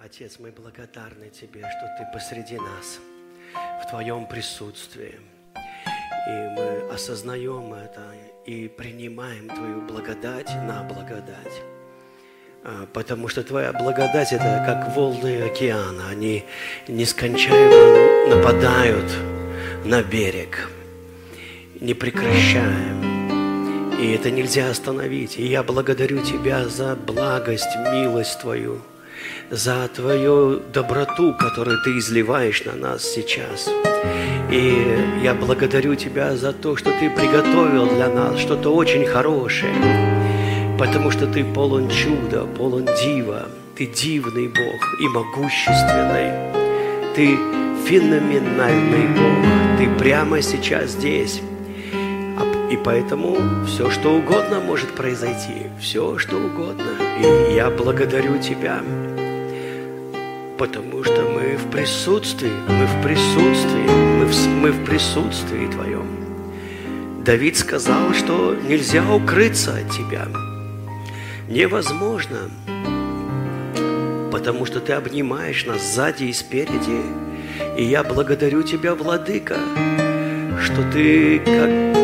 Отец, мы благодарны Тебе, что Ты посреди нас, в Твоем присутствии. И мы осознаем это и принимаем Твою благодать на благодать. Потому что Твоя благодать – это как волны океана. Они нескончаемо нападают на берег, не прекращая. И это нельзя остановить. И я благодарю Тебя за благость, милость Твою, за Твою доброту, которую Ты изливаешь на нас сейчас. И я благодарю Тебя за то, что Ты приготовил для нас что-то очень хорошее, потому что Ты полон чуда, полон дива. Ты дивный Бог и могущественный. Ты феноменальный Бог. Ты прямо сейчас здесь. И поэтому все, что угодно может произойти. Все, что угодно. И я благодарю Тебя, потому что мы в присутствии, мы в присутствии Твоем. Давид сказал, что нельзя укрыться от Тебя. Невозможно, потому что Ты обнимаешь нас сзади и спереди. И я благодарю Тебя, Владыка, что Ты как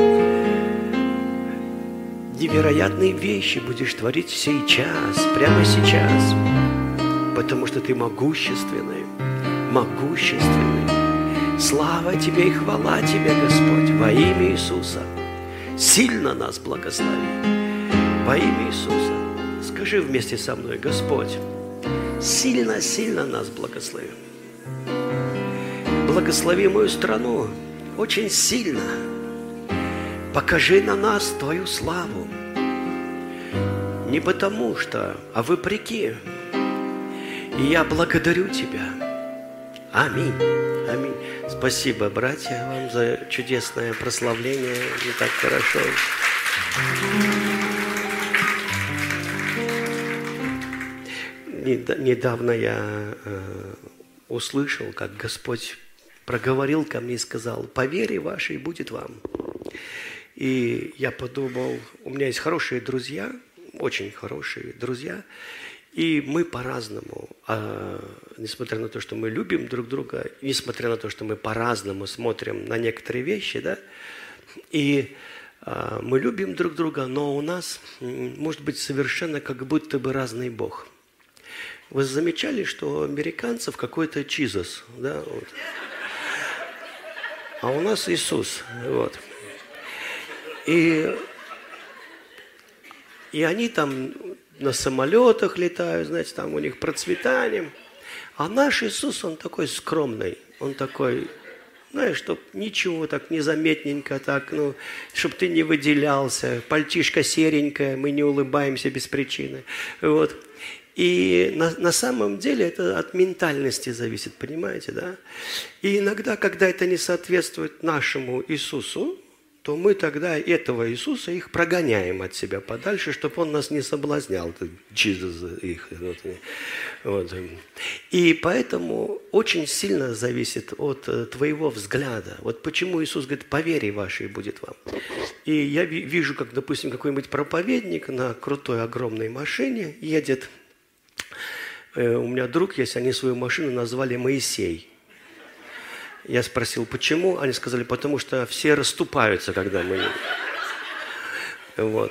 невероятные вещи будешь творить сейчас, прямо сейчас, потому что Ты могущественный, могущественный. Слава Тебе и хвала Тебе, Господь, во имя Иисуса. Сильно нас благослови, во имя Иисуса. Скажи вместе со мной: Господь, сильно нас благослови. Благослови мою страну очень сильно. Покажи на нас Твою славу. Не потому что, а вопреки. И я благодарю Тебя. Аминь. Аминь. Спасибо, братья, вам за чудесное прославление. Не так хорошо. Недавно я услышал, как Господь проговорил ко мне и сказал: по вере вашей будет вам. И я подумал, у меня есть хорошие друзья, очень хорошие друзья, и мы по-разному, несмотря на то, что мы любим друг друга, несмотря на то, что мы по-разному смотрим на некоторые вещи, да, и мы любим друг друга, но у нас может быть совершенно как будто бы разный Бог. Вы замечали, что у американцев какой-то Чизос, да, вот. А у нас Иисус, вот. И они там на самолетах летают, знаете, там у них процветание. А наш Иисус, Он такой скромный, Он такой, знаешь, чтоб ничего так незаметненько, так, ну, чтоб ты не выделялся, пальтишко серенькое, мы не улыбаемся без причины, вот. И на самом деле это от ментальности зависит, понимаете, да? И иногда, когда это не соответствует нашему Иисусу, то мы тогда этого Иисуса их прогоняем от себя подальше, чтобы Он нас не соблазнял, их. Вот. И поэтому очень сильно зависит от твоего взгляда. Вот почему Иисус говорит: по вере вашей будет вам. И я вижу, как, допустим, какой-нибудь проповедник на крутой огромной машине едет. У меня друг есть, они свою машину назвали Моисей. Я спросил, почему? Они сказали, потому что все расступаются, когда мы едем. Вот.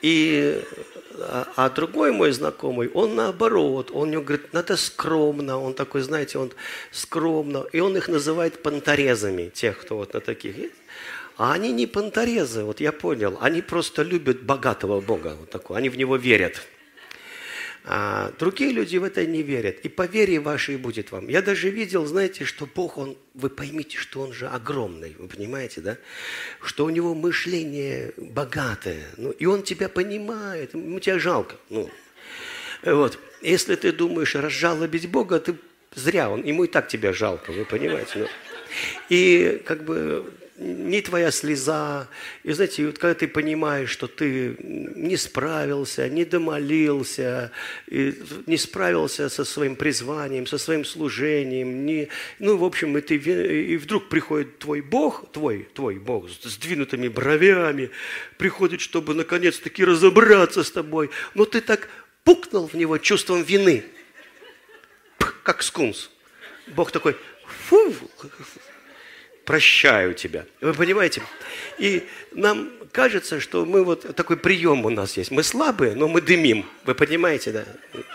А другой мой знакомый, он наоборот, он мне говорит, надо скромно, он такой, знаете, он скромно, и он их называет понторезами, тех, кто вот на таких есть. А они не понторезы, вот я понял, они просто любят богатого Бога, вот такого, они в Него верят. А другие люди в это не верят. И по вере вашей будет вам. Я даже видел, знаете, что Бог, вы поймите, что Он же огромный, вы понимаете, да? Что у Него мышление богатое. Ну, и Он тебя понимает, ему тебя жалко. Ну, вот. Если ты думаешь разжалобить Бога, ты зря, ему и так тебя жалко, вы понимаете. Ну, и как бы не твоя слеза. И знаете, вот когда ты понимаешь, что ты не справился, не домолился, не справился со своим призванием, со своим служением, в общем, и вдруг приходит твой Бог с сдвинутыми бровями, приходит, чтобы наконец-таки разобраться с тобой, но ты так пукнул в него чувством вины. как скунс. Бог такой, фу, прощаю тебя. Вы понимаете? И нам кажется, что мы вот такой прием у нас есть. Мы слабые, но мы дымим. Вы понимаете, да?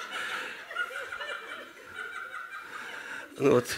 Ну вот.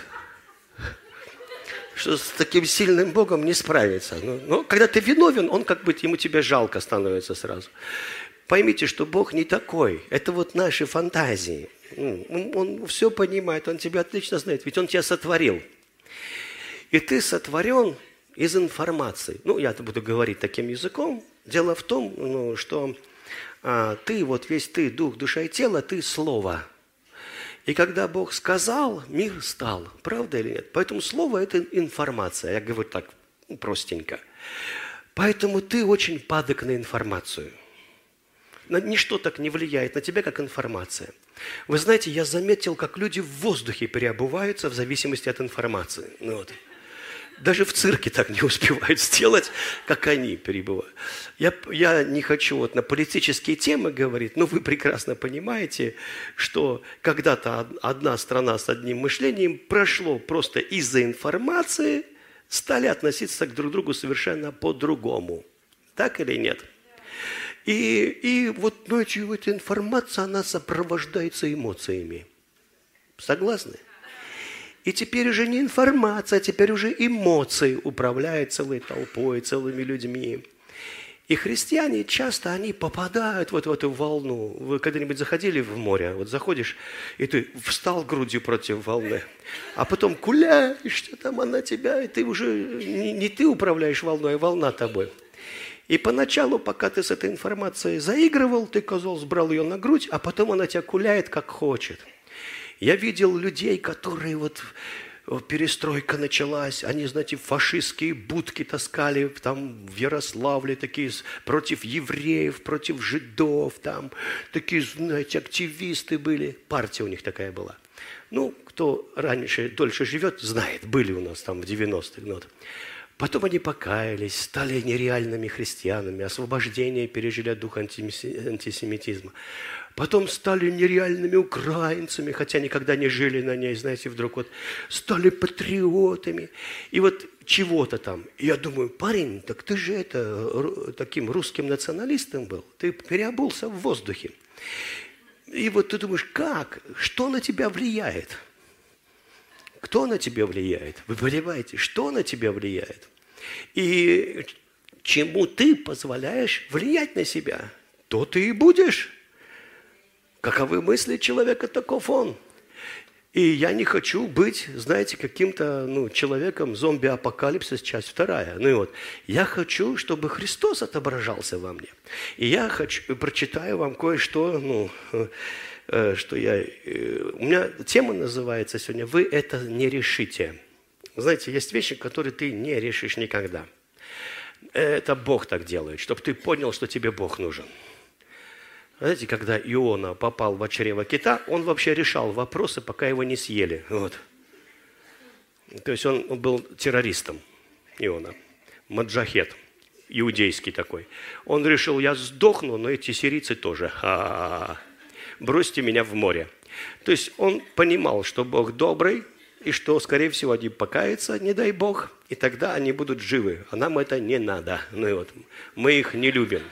Что с таким сильным Богом не справиться. Но когда ты виновен, он как бы, ему тебя жалко становится сразу. Поймите, что Бог не такой. Это вот наши фантазии. Он все понимает, он тебя отлично знает. Ведь он тебя сотворил. И ты сотворен из информации. Я буду говорить таким языком. Дело в том, что ты, вот весь ты, дух, душа и тело, ты слово. И когда Бог сказал, мир стал. Правда или нет? Поэтому слово – это информация. Я говорю так простенько. Поэтому ты очень падок на информацию. Ничто так не влияет на тебя, как информация. Вы знаете, я заметил, как люди в воздухе переобуваются в зависимости от информации. Даже в цирке так не успевают сделать, как они перебывают. Я не хочу на политические темы говорить, но вы прекрасно понимаете, что когда-то одна страна с одним мышлением прошло просто из-за информации, стали относиться друг к другу совершенно по-другому. Так или нет? И вот ночью эта информация, она сопровождается эмоциями. Согласны? И теперь уже не информация, а теперь уже эмоции управляют целой толпой, целыми людьми. И христиане часто, они попадают вот в эту волну. Вы когда-нибудь заходили в море? Вот заходишь, и ты встал грудью против волны, а потом гуляешь, что там она тебя, и ты уже не ты управляешь волной, а волна тобой. И поначалу, пока ты с этой информацией заигрывал, ты, казалось, брал ее на грудь, а потом она тебя куляет, как хочет. Я видел людей, которые перестройка началась, они, знаете, фашистские будки таскали там в Ярославле, такие против евреев, против жидов, там такие, знаете, активисты были. Партия у них такая была. Кто раньше, дольше живет, знает, были у нас там в 90-х. Потом они покаялись, стали нереальными христианами, освобождение пережили от духа антисемитизма. Потом стали нереальными украинцами, хотя никогда не жили на ней, знаете, вдруг стали патриотами. И чего-то там. И я думаю, парень, так ты же таким русским националистом был. Ты переобулся в воздухе. И ты думаешь, как? Что на тебя влияет? Кто на тебя влияет? Вы понимаете, что на тебя влияет? И чему ты позволяешь влиять на себя, то ты и будешь. Каковы мысли человека, таков он. И я не хочу быть, знаете, каким-то человеком зомби-апокалипсис, часть 2. Я хочу, чтобы Христос отображался во мне. И я прочитаю вам кое-что, что у меня тема называется сегодня «Вы это не решите». Знаете, есть вещи, которые ты не решишь никогда. Это Бог так делает, чтобы ты понял, что тебе Бог нужен. Знаете, когда Иона попал в чрево кита, он вообще решал вопросы, пока его не съели. То есть он был террористом, Иона, маджахет, иудейский такой. Он решил, я сдохну, но эти сирийцы тоже. Бросьте меня в море. То есть он понимал, что Бог добрый, и что, скорее всего, они покаятся, не дай Бог, и тогда они будут живы. А нам это не надо. Мы их не любим.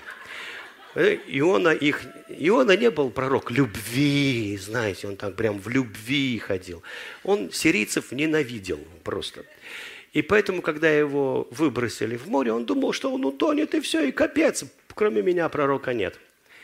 Иона не был пророк любви, знаете, он там прям в любви ходил. Он сирийцев ненавидел просто. И поэтому, когда его выбросили в море, он думал, что он утонет, и все, и капец, кроме меня пророка нет.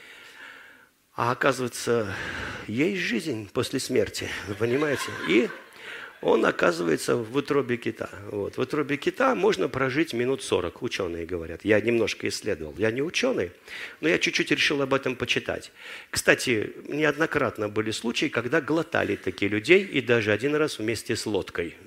А оказывается, есть жизнь после смерти, вы понимаете? И он оказывается в утробе кита. В утробе кита можно прожить минут 40, ученые говорят. Я немножко исследовал. Я не ученый, но я чуть-чуть решил об этом почитать. Кстати, неоднократно были случаи, когда глотали таких людей, и даже один раз вместе с лодкой.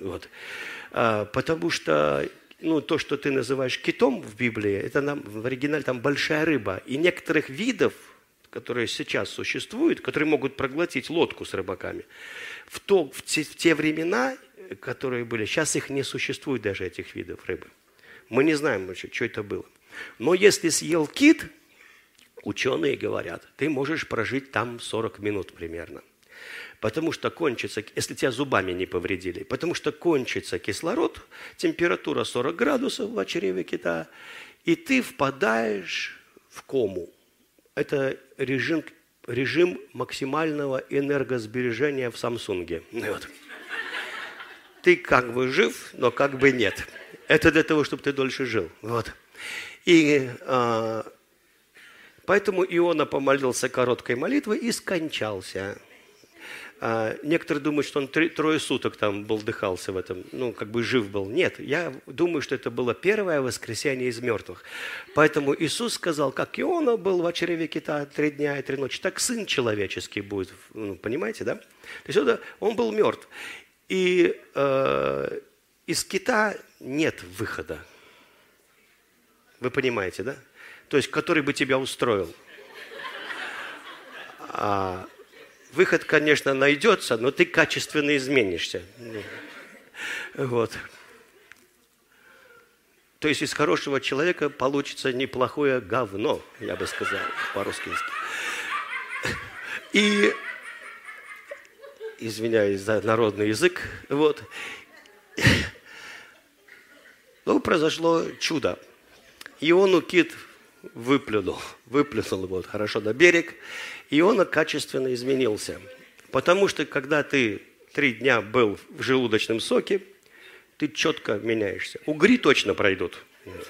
Потому что то, что ты называешь китом в Библии, это в оригинале там большая рыба. И некоторых видов, которые сейчас существуют, которые могут проглотить лодку с рыбаками, в те времена, которые были, сейчас их не существует даже, этих видов рыбы. Мы не знаем вообще, что это было. Но если съел кит, ученые говорят, ты можешь прожить там 40 минут примерно. Потому что кончится, если тебя зубами не повредили, потому что кончится кислород, температура 40 градусов в чреве кита, и ты впадаешь в кому. Это режим максимального энергосбережения в Самсунге. Вот. Ты как бы жив, но как бы нет. Это для того, чтобы ты дольше жил. Вот. И поэтому Иона помолился короткой молитвой и скончался. Некоторые думают, что он 3 суток там болтыхался в этом, как бы жив был. Нет, я думаю, что это было первое воскресенье из мертвых. Поэтому Иисус сказал, как Иона был в чреве кита 3 дня и 3 ночи, так Сын Человеческий будет. Понимаете, да? То есть он был мертв. И из кита нет выхода. Вы понимаете, да? То есть, который бы тебя устроил. Выход, конечно, найдется, но ты качественно изменишься. Вот. То есть из хорошего человека получится неплохое говно, я бы сказал, по-русски. И, извиняюсь за народный язык, вот. Но произошло чудо. Иону кит выплюнул его хорошо на берег, и он качественно изменился. Потому что, когда ты 3 дня был в желудочном соке, ты четко меняешься. Угри точно пройдут.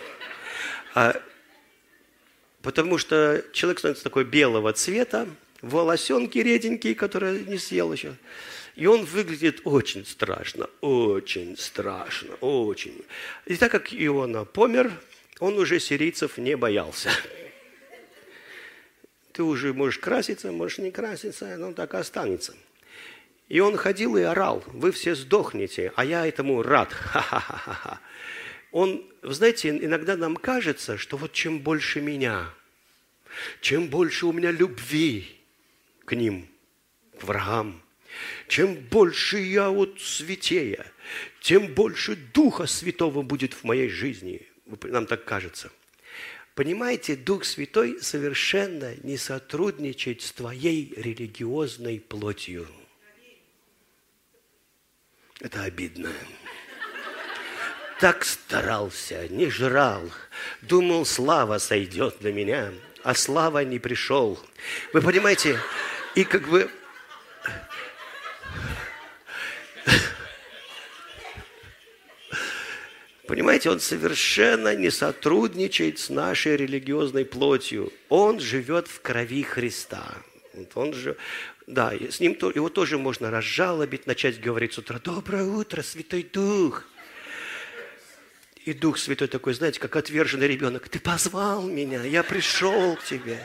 Потому что человек становится такой белого цвета, волосенки реденькие, которые не съел еще. И он выглядит очень страшно, очень страшно, очень. И так как Иона помер, он уже сирийцев не боялся. Ты уже можешь краситься, можешь не краситься, но так и останется. И он ходил и орал: вы все сдохнете, а я этому рад. Ха-ха-ха-ха. Вы знаете, иногда нам кажется, что вот чем больше меня, чем больше у меня любви к ним, к врагам, чем больше я святее, тем больше Духа Святого будет в моей жизни. Нам так кажется. Понимаете, Дух Святой совершенно не сотрудничает с твоей религиозной плотью. Это обидно. Так старался, не жрал, думал, слава сойдет на меня, а слава не пришел. Вы понимаете, и как бы... Понимаете, он совершенно не сотрудничает с нашей религиозной плотью. Он живет в крови Христа. Да, с ним его тоже можно разжалобить, начать говорить с утра: «Доброе утро, Святой Дух». И Дух Святой такой, знаете, как отверженный ребенок: «Ты позвал меня, я пришел к тебе».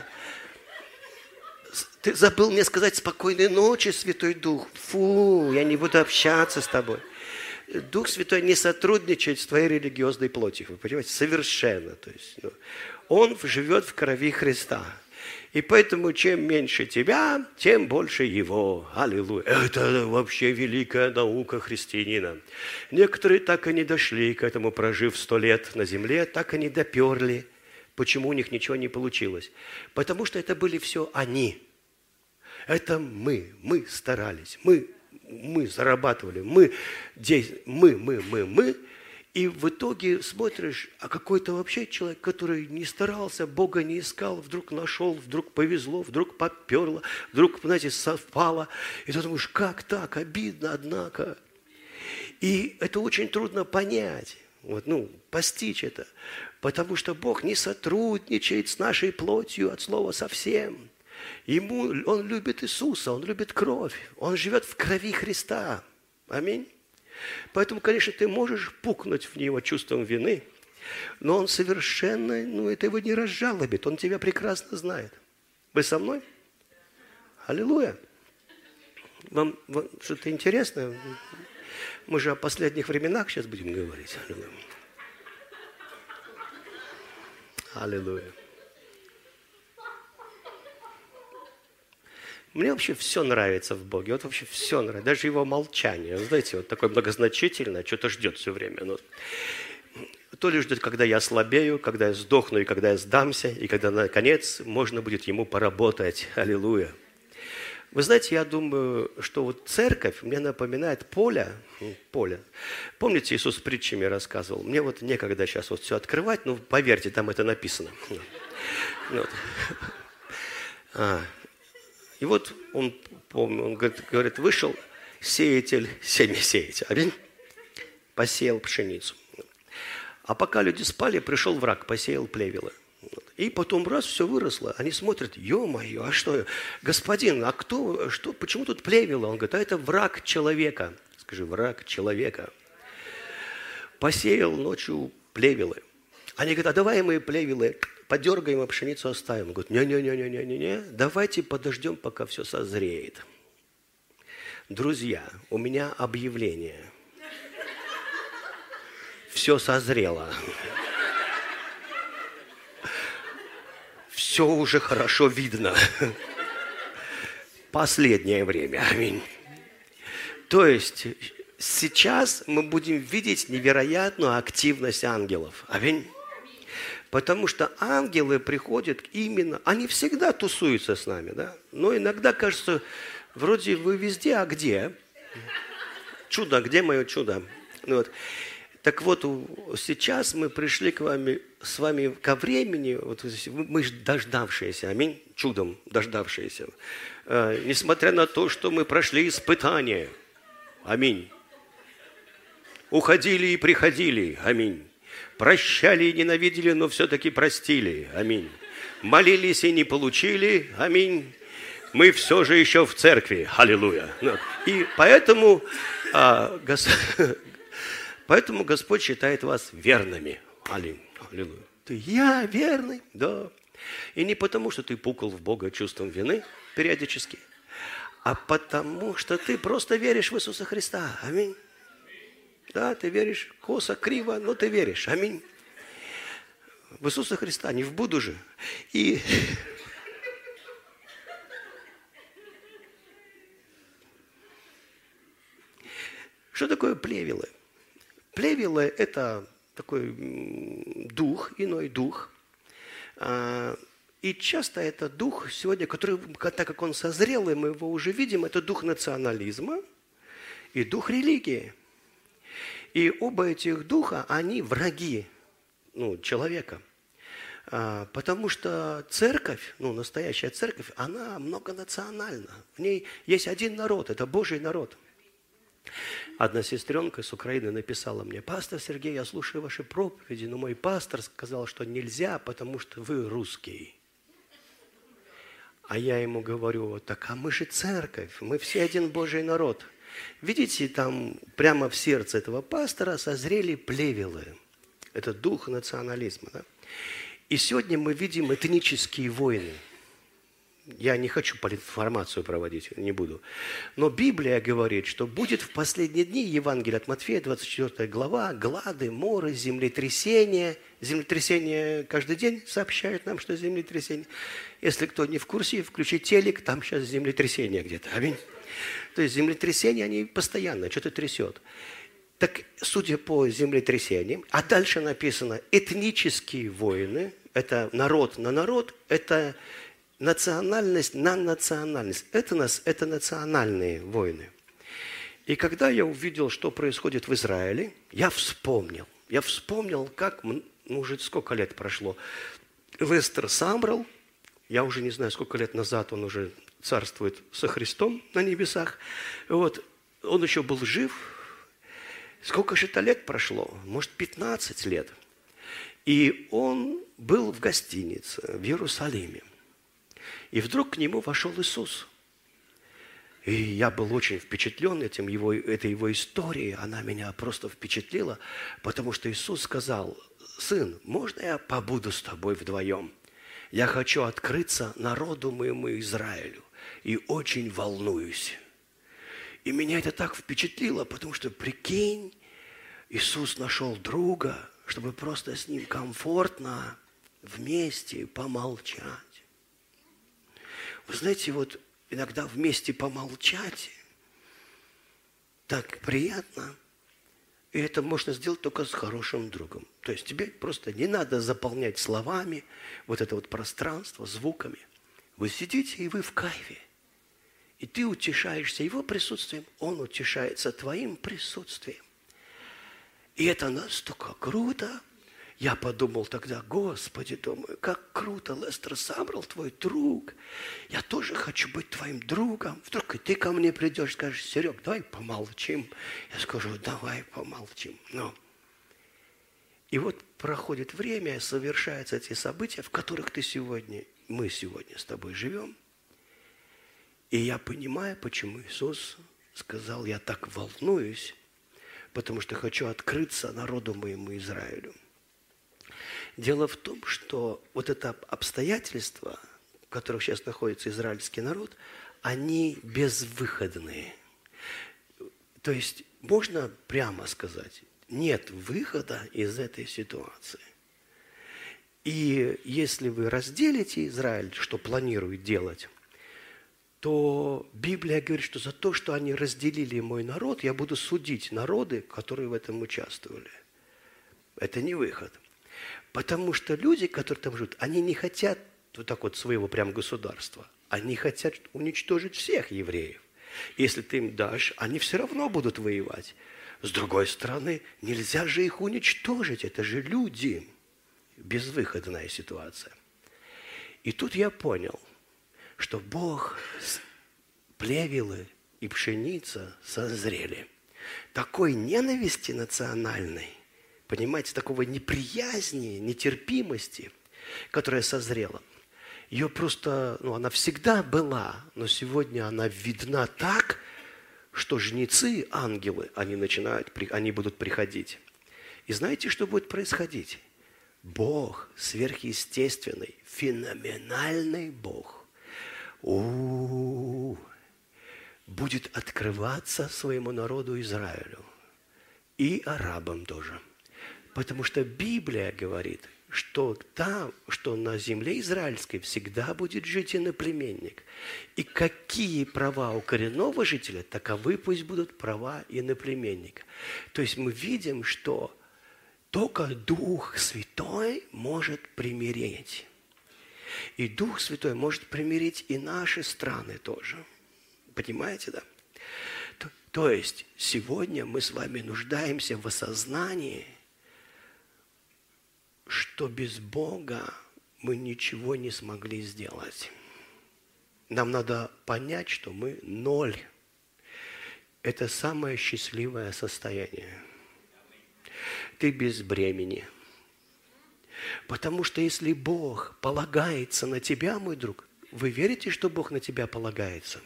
Ты забыл мне сказать спокойной ночи, Святой Дух. Фу, я не буду общаться с тобой. Дух Святой не сотрудничает с твоей религиозной плотью, вы понимаете, совершенно. То есть, он живет в крови Христа. И поэтому, чем меньше тебя, тем больше его. Аллилуйя. Это вообще великая наука христианина. Некоторые так и не дошли к этому, прожив 100 лет на земле, так и не доперли. Почему у них ничего не получилось? Потому что это были все они. Это мы старались, мы зарабатывали, мы. И в итоге смотришь, а какой-то вообще человек, который не старался, Бога не искал, вдруг нашел, вдруг повезло, вдруг поперло, вдруг, знаете, совпало. И ты думаешь, как так, обидно, однако. И это очень трудно понять, постичь это. Потому что Бог не сотрудничает с нашей плотью от слова совсем. Он любит Иисуса, Он любит кровь, Он живет в крови Христа. Аминь. Поэтому, конечно, ты можешь пукнуть в него чувством вины, но он совершенно, это его не разжалобит, он тебя прекрасно знает. Вы со мной? Аллилуйя. Вам что-то интересное? Мы же о последних временах сейчас будем говорить. Аллилуйя. Аллилуйя. Мне вообще все нравится в Боге. Вообще все нравится. Даже его молчание. Знаете, такое многозначительное, что-то ждет все время. То ли ждет, когда я ослабею, когда я сдохну, и когда я сдамся, и когда, наконец, можно будет ему поработать. Аллилуйя. Вы знаете, я думаю, что вот церковь мне напоминает поле. Помните, Иисус притчами рассказывал? Мне вот некогда сейчас вот все открывать, но поверьте, там это написано. Вот. И вот он говорит, вышел сеятель, семясеятель. Аминь. Посеял пшеницу. А пока люди спали, пришел враг, посеял плевелы. И потом раз, все выросло. Они смотрят, ё-моё, а что? Господин, а почему тут плевело? Он говорит, а это враг человека. Скажи, враг человека. Посеял ночью плевелы. Они говорят, а давай мы плевелы подергаем, а пшеницу оставим. Он говорит, не-не-не, давайте подождем, пока все созреет. Друзья, у меня объявление. Все созрело. Все уже хорошо видно. Последнее время. Аминь. То есть сейчас мы будем видеть невероятную активность ангелов. Аминь. Потому что ангелы приходят именно, они всегда тусуются с нами, да? Но иногда кажется, вроде вы везде, а где? Чудо, где мое чудо? Ну, вот. Так вот, сейчас мы пришли с вами ко времени, вот, мы же дождавшиеся, аминь, чудом дождавшиеся. Несмотря на то, что мы прошли испытания, аминь. Уходили и приходили, аминь. Прощали и ненавидели, но все-таки простили, аминь. Молились и не получили, аминь. Мы все же еще в церкви, аллилуйя. И поэтому Господь считает вас верными. Аллилуйя. Я верный, да. И не потому, что ты пукал в Бога чувством вины периодически, а потому, что ты просто веришь в Иисуса Христа. Аминь. Да, ты веришь косо, криво, но ты веришь. Аминь. В Иисуса Христа, не в Будду же. И что такое плевелы? Плевелы – это такой дух, иной дух. И часто это дух сегодня, который, так как он созрел, и мы его уже видим, это дух национализма и дух религии. И оба этих духа, они враги человека. Потому что церковь, настоящая церковь, она многонациональна. В ней есть один народ, это Божий народ. Одна сестренка из Украины написала мне: пастор Сергей, я слушаю ваши проповеди, но мой пастор сказал, что нельзя, потому что вы русский. А я ему говорю: так а мы же церковь, мы все один Божий народ. Видите, там прямо в сердце этого пастора созрели плевелы. Это дух национализма. Да? И сегодня мы видим этнические войны. Я не хочу политинформацию проводить, не буду. Но Библия говорит, что будет в последние дни, Евангелие от Матфея, 24 глава, глады, моры, землетрясения. Землетрясения каждый день сообщают нам, что землетрясение. Если кто не в курсе, включи телек, там сейчас землетрясение где-то. Аминь. То есть землетрясения, они постоянно, что-то трясет. Так, судя по землетрясениям, а дальше написано этнические войны, это народ на народ, это национальность на национальность. Это национальные войны. И когда я увидел, что происходит в Израиле, я вспомнил, как, уже сколько лет прошло, Вестер Самрал, я уже не знаю, сколько лет назад он уже царствует со Христом на небесах, вот, он еще был жив. Сколько же это лет прошло? Может, 15 лет. И он был в гостинице в Иерусалиме. И вдруг к нему вошел Иисус. И я был очень впечатлен этой его историей. Она меня просто впечатлила, потому что Иисус сказал: сын, можно я побуду с тобой вдвоем? Я хочу открыться народу моему Израилю. И очень волнуюсь. И меня это так впечатлило, потому что, прикинь, Иисус нашел друга, чтобы просто с ним комфортно вместе помолчать. Вы знаете, вот иногда вместе помолчать так приятно. И это можно сделать только с хорошим другом. То есть тебе просто не надо заполнять словами вот это вот пространство, звуками. Вы сидите, и вы в кайфе. И ты утешаешься Его присутствием, Он утешается твоим присутствием. И это настолько круто. Я подумал тогда, Господи, думаю, как круто, Лестер Самрелл, твой друг. Я тоже хочу быть твоим другом. Вдруг и ты ко мне придешь, скажешь: Серег, давай помолчим. Я скажу: давай помолчим. И вот проходит время, совершаются эти события, в которых мы сегодня с тобой живем. И я понимаю, почему Иисус сказал: я так волнуюсь, потому что хочу открыться народу моему Израилю. Дело в том, что вот это обстоятельства, в которых сейчас находится израильский народ, они безвыходные. То есть можно прямо сказать, нет выхода из этой ситуации. И если вы разделите Израиль, что планирует делать, то Библия говорит, что за то, что они разделили мой народ, я буду судить народы, которые в этом участвовали. Это не выход. Потому что люди, которые там живут, они не хотят вот так вот своего прям государства. Они хотят уничтожить всех евреев. Если ты им дашь, они все равно будут воевать. С другой стороны, нельзя же их уничтожить. Это же люди. Безвыходная ситуация. И тут я понял, что Бог, плевелы и пшеница созрели. Такой ненависти национальной, понимаете, такого неприязни, нетерпимости, которая созрела, ее просто, она всегда была, но сегодня она видна так, что жнецы, ангелы, они будут приходить. И знаете, что будет происходить? Бог сверхъестественный, феноменальный Бог будет открываться своему народу Израилю и арабам тоже. Потому что Библия говорит, что на земле израильской всегда будет жить иноплеменник. И какие права у коренного жителя, таковы пусть будут права иноплеменника. То есть мы видим, что только Дух Святой может примирить. И Дух Святой может примирить и наши страны тоже. Понимаете, да? То есть сегодня мы с вами нуждаемся в осознании, что без Бога мы ничего не смогли сделать. Нам надо понять, что мы ноль. Это самое счастливое состояние. Ты без бремени. Потому что если Бог полагается на тебя, мой друг, вы верите, что Бог на тебя полагается?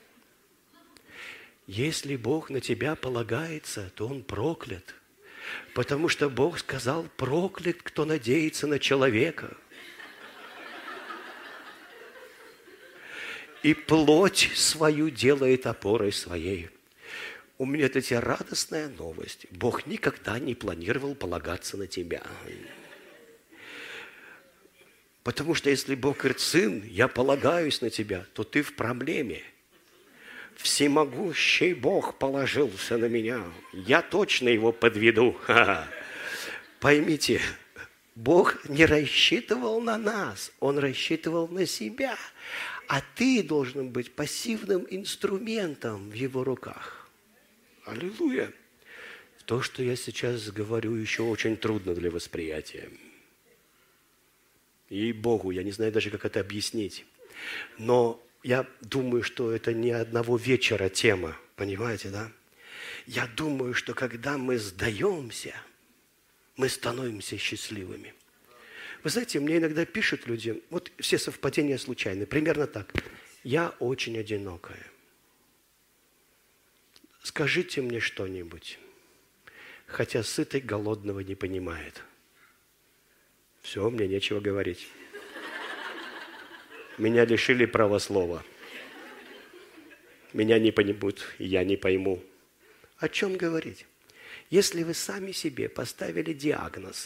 Если Бог на тебя полагается, то Он проклят. Потому что Бог сказал: проклят, кто надеется на человека. И плоть свою делает опорой своей. У меня для тебя радостная новость. Бог никогда не планировал полагаться на тебя. Потому что если Бог говорит: сын, я полагаюсь на тебя, то ты в проблеме. Всемогущий Бог положился на меня. Я точно его подведу. Поймите, Бог не рассчитывал на нас, Он рассчитывал на себя. А ты должен быть пассивным инструментом в Его руках. Аллилуйя! То, что я сейчас говорю, еще очень трудно для восприятия. Ей-богу, я не знаю даже, как это объяснить. Но я думаю, что это не одного вечера тема, понимаете, да? Я думаю, что когда мы сдаемся, мы становимся счастливыми. Вы знаете, мне иногда пишут люди, вот все совпадения случайны, примерно так. Я очень одинокая. Скажите мне что-нибудь. Хотя сытый голодного не понимает. Все, мне нечего говорить. Меня лишили права слова. Меня не поймут, и я не пойму. О чем говорить? Если вы сами себе поставили диагноз,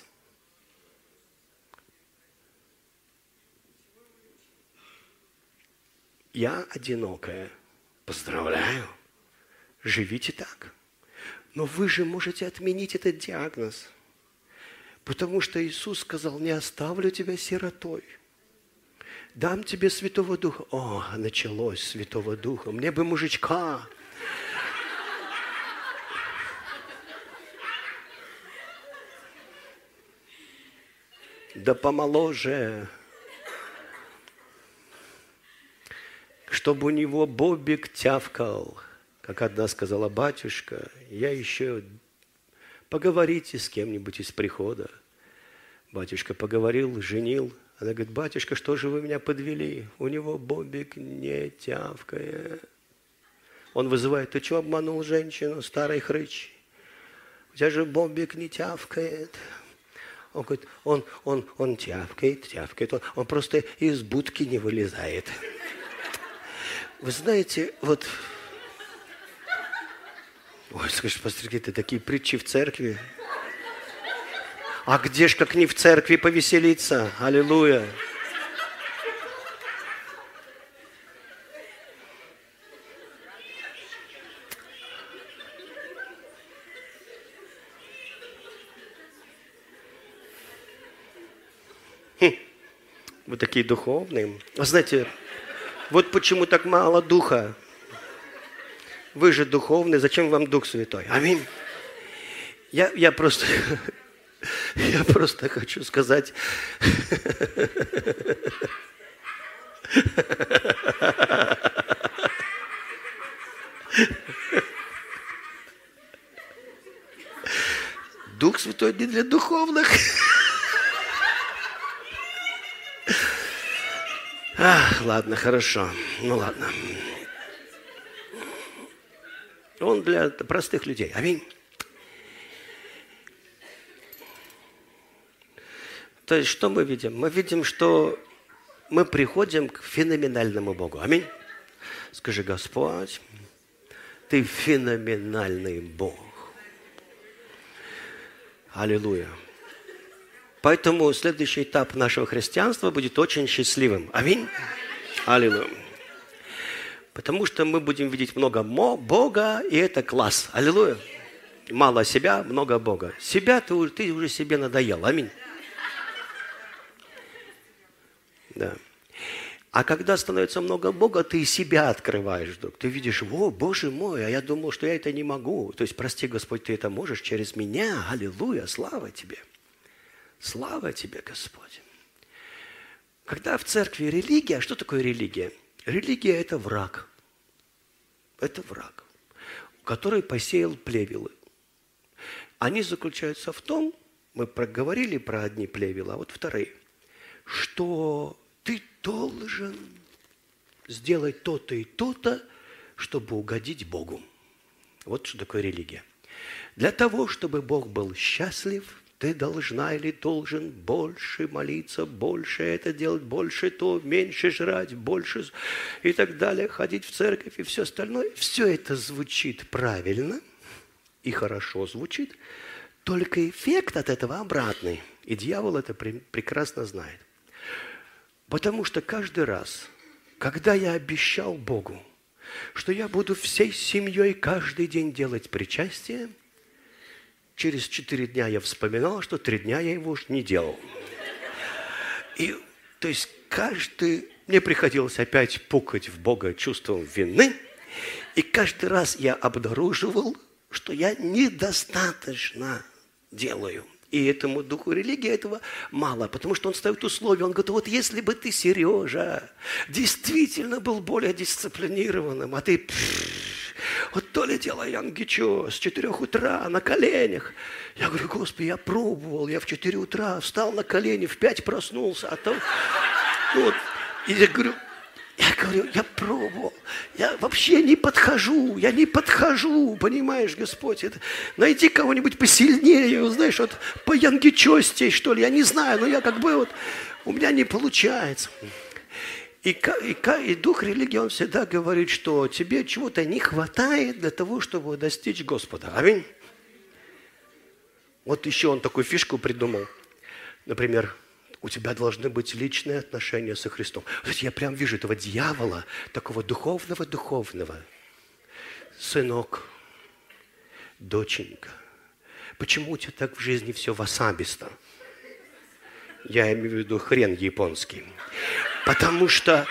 я одинокая, поздравляю, живите так. Но вы же можете отменить этот диагноз, потому что Иисус сказал: не оставлю тебя сиротой. дам тебе Святого Духа. О, началось Святого Духа. Мне бы мужичка. Да помоложе. Чтобы у него бобик тявкал. Как одна сказала: батюшка, я еще... Поговорите с кем-нибудь из прихода. Батюшка поговорил, женил. Она говорит: батюшка, что же вы меня подвели? У него бобик не тявкает. Он вызывает: ты что, обманул женщину, старый хрыч? У тебя же бобик не тявкает. Он говорит: он тявкает. Он просто из будки не вылезает. Вы знаете, вот... Ой, скажи, пастор, какие-то такие притчи в церкви. А где ж, как не в церкви, повеселиться? Аллилуйя. Вы такие духовные. А знаете, вот почему так мало духа. Вы же духовные, зачем вам Дух Святой? Аминь. Я просто хочу сказать... Дух Святой не для духовных. Ладно, хорошо. Ну ладно. Он для простых людей. Аминь. То есть, что мы видим? Мы видим, что мы приходим к феноменальному Богу. Аминь. Скажи: Господь, Ты феноменальный Бог. Аллилуйя. Поэтому следующий этап нашего христианства будет очень счастливым. Аминь. Аллилуйя. Потому что мы будем видеть много Бога, и это класс. Аллилуйя. Мало себя, много Бога. Себя ты уже себе надоел. Аминь. Да. А когда становится много Бога, ты и себя открываешь вдруг. Ты видишь: о, Боже мой, а я думал, что я это не могу. То есть, прости, Господь, ты это можешь через меня. Аллилуйя, слава Тебе. Слава Тебе, Господь. Когда в церкви религия, что такое религия? Религия – это враг. Это враг, который посеял плевелы. Они заключаются в том, мы проговорили про одни плевела, а вот вторые, что ты должен сделать то-то и то-то, чтобы угодить Богу. Вот что такое религия. Для того, чтобы Бог был счастлив, ты должна или должен больше молиться, больше это делать, больше то, меньше жрать, больше и так далее, ходить в церковь и все остальное. Все это звучит правильно и хорошо звучит, только эффект от этого обратный. И дьявол это прекрасно знает. Потому что каждый раз, когда я обещал Богу, что я буду всей семьей каждый день делать причастие, через 4 дня я вспоминал, что 3 дня я его уж не делал. И, то есть, мне приходилось опять пукать в Бога чувством вины, и каждый раз я обнаруживал, что я недостаточно делаю. И этому духу религии этого мало, потому что он ставит условия. Он говорит: вот если бы ты, Сережа, действительно был более дисциплинированным, а ты... Вот то ли дело, Янгичо, с 4 утра на коленях. Я говорю: Господи, я пробовал, я в 4 утра встал на колени, в 5 проснулся, а то... Вот. И я говорю, я пробовал, я вообще не подхожу, понимаешь, Господь. Это... Найди кого-нибудь посильнее, знаешь, вот по Янгичостей, что ли, я не знаю, но я как бы вот... У меня не получается. И дух религии, он всегда говорит, что тебе чего-то не хватает для того, чтобы достичь Господа. Аминь. Вот еще он такую фишку придумал. Например, у тебя должны быть личные отношения со Христом. Я прям вижу этого дьявола, такого духовного. Сынок, доченька, почему у тебя так в жизни все васабисто? Я имею в виду хрен японский. Потому что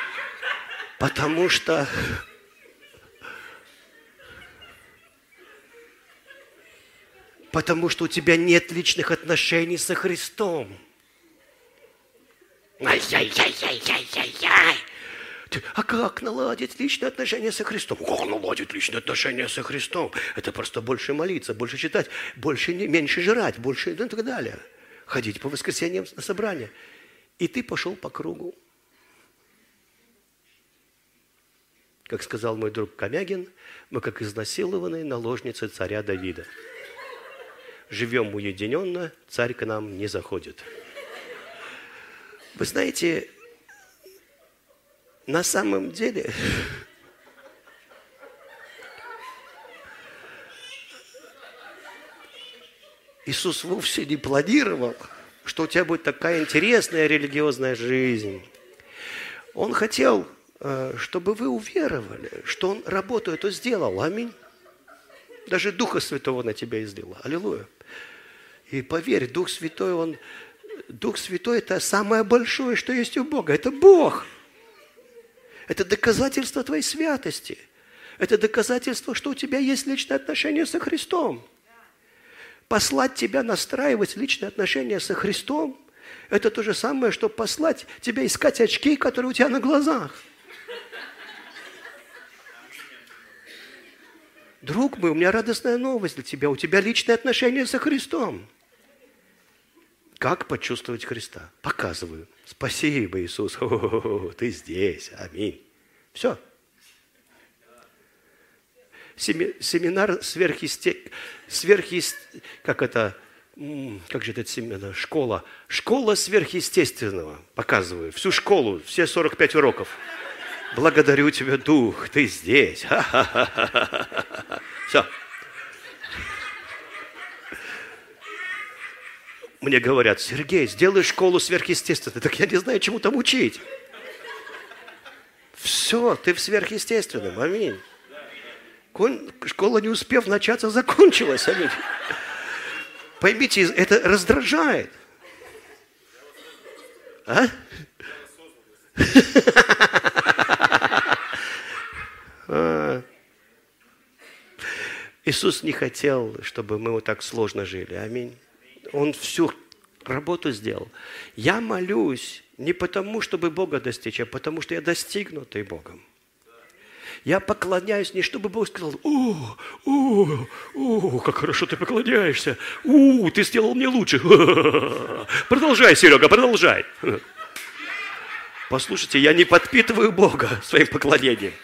у тебя нет личных отношений со Христом. Ай-яй-яй-яй-яй-яй-яй. А как наладить личные отношения со Христом? Как наладить личные отношения со Христом? Это просто больше молиться, больше читать, меньше жрать, больше и так далее. Ходить по воскресеньям на собрания. И ты пошел по кругу. Как сказал мой друг Комягин, мы как изнасилованные наложницы царя Давида. Живем уединенно, царь к нам не заходит. Вы знаете, на самом деле Иисус вовсе не планировал, что у тебя будет такая интересная религиозная жизнь. Он хотел, чтобы вы уверовали, что Он работу эту сделал. Аминь. Даже Духа Святого на тебя излил. Аллилуйя. И поверь, Дух Святой – это самое большое, что есть у Бога. Это Бог. Это доказательство твоей святости. Это доказательство, что у тебя есть личные отношения со Христом. Послать тебя настраивать личные отношения со Христом – это то же самое, что послать тебя искать очки, которые у тебя на глазах. Друг мой, у меня радостная новость для тебя. У тебя личные отношения со Христом. Как почувствовать Христа? Показываю. Спасибо, Иисус. Ты здесь. Аминь. Все. Семинар как же это семинар? Школа сверхъестественного. Показываю. Всю школу, все 45 уроков. Благодарю тебя, Дух, ты здесь. Все. Мне говорят: Сергей, сделай школу сверхъестественной. Так я не знаю, чему там учить. Все, ты в сверхъестественном. Аминь. Школа, не успев начаться, закончилась. Аминь. Поймите, это раздражает. А? Иисус не хотел, чтобы мы вот так сложно жили. Аминь. Он всю работу сделал. Я молюсь не потому, чтобы Бога достичь, а потому, что я достигнутый Богом. Я поклоняюсь не чтобы Бог сказал: как хорошо ты поклоняешься. Ты сделал мне лучше. Продолжай, Серега, продолжай. Послушайте, я не подпитываю Бога своим поклонением.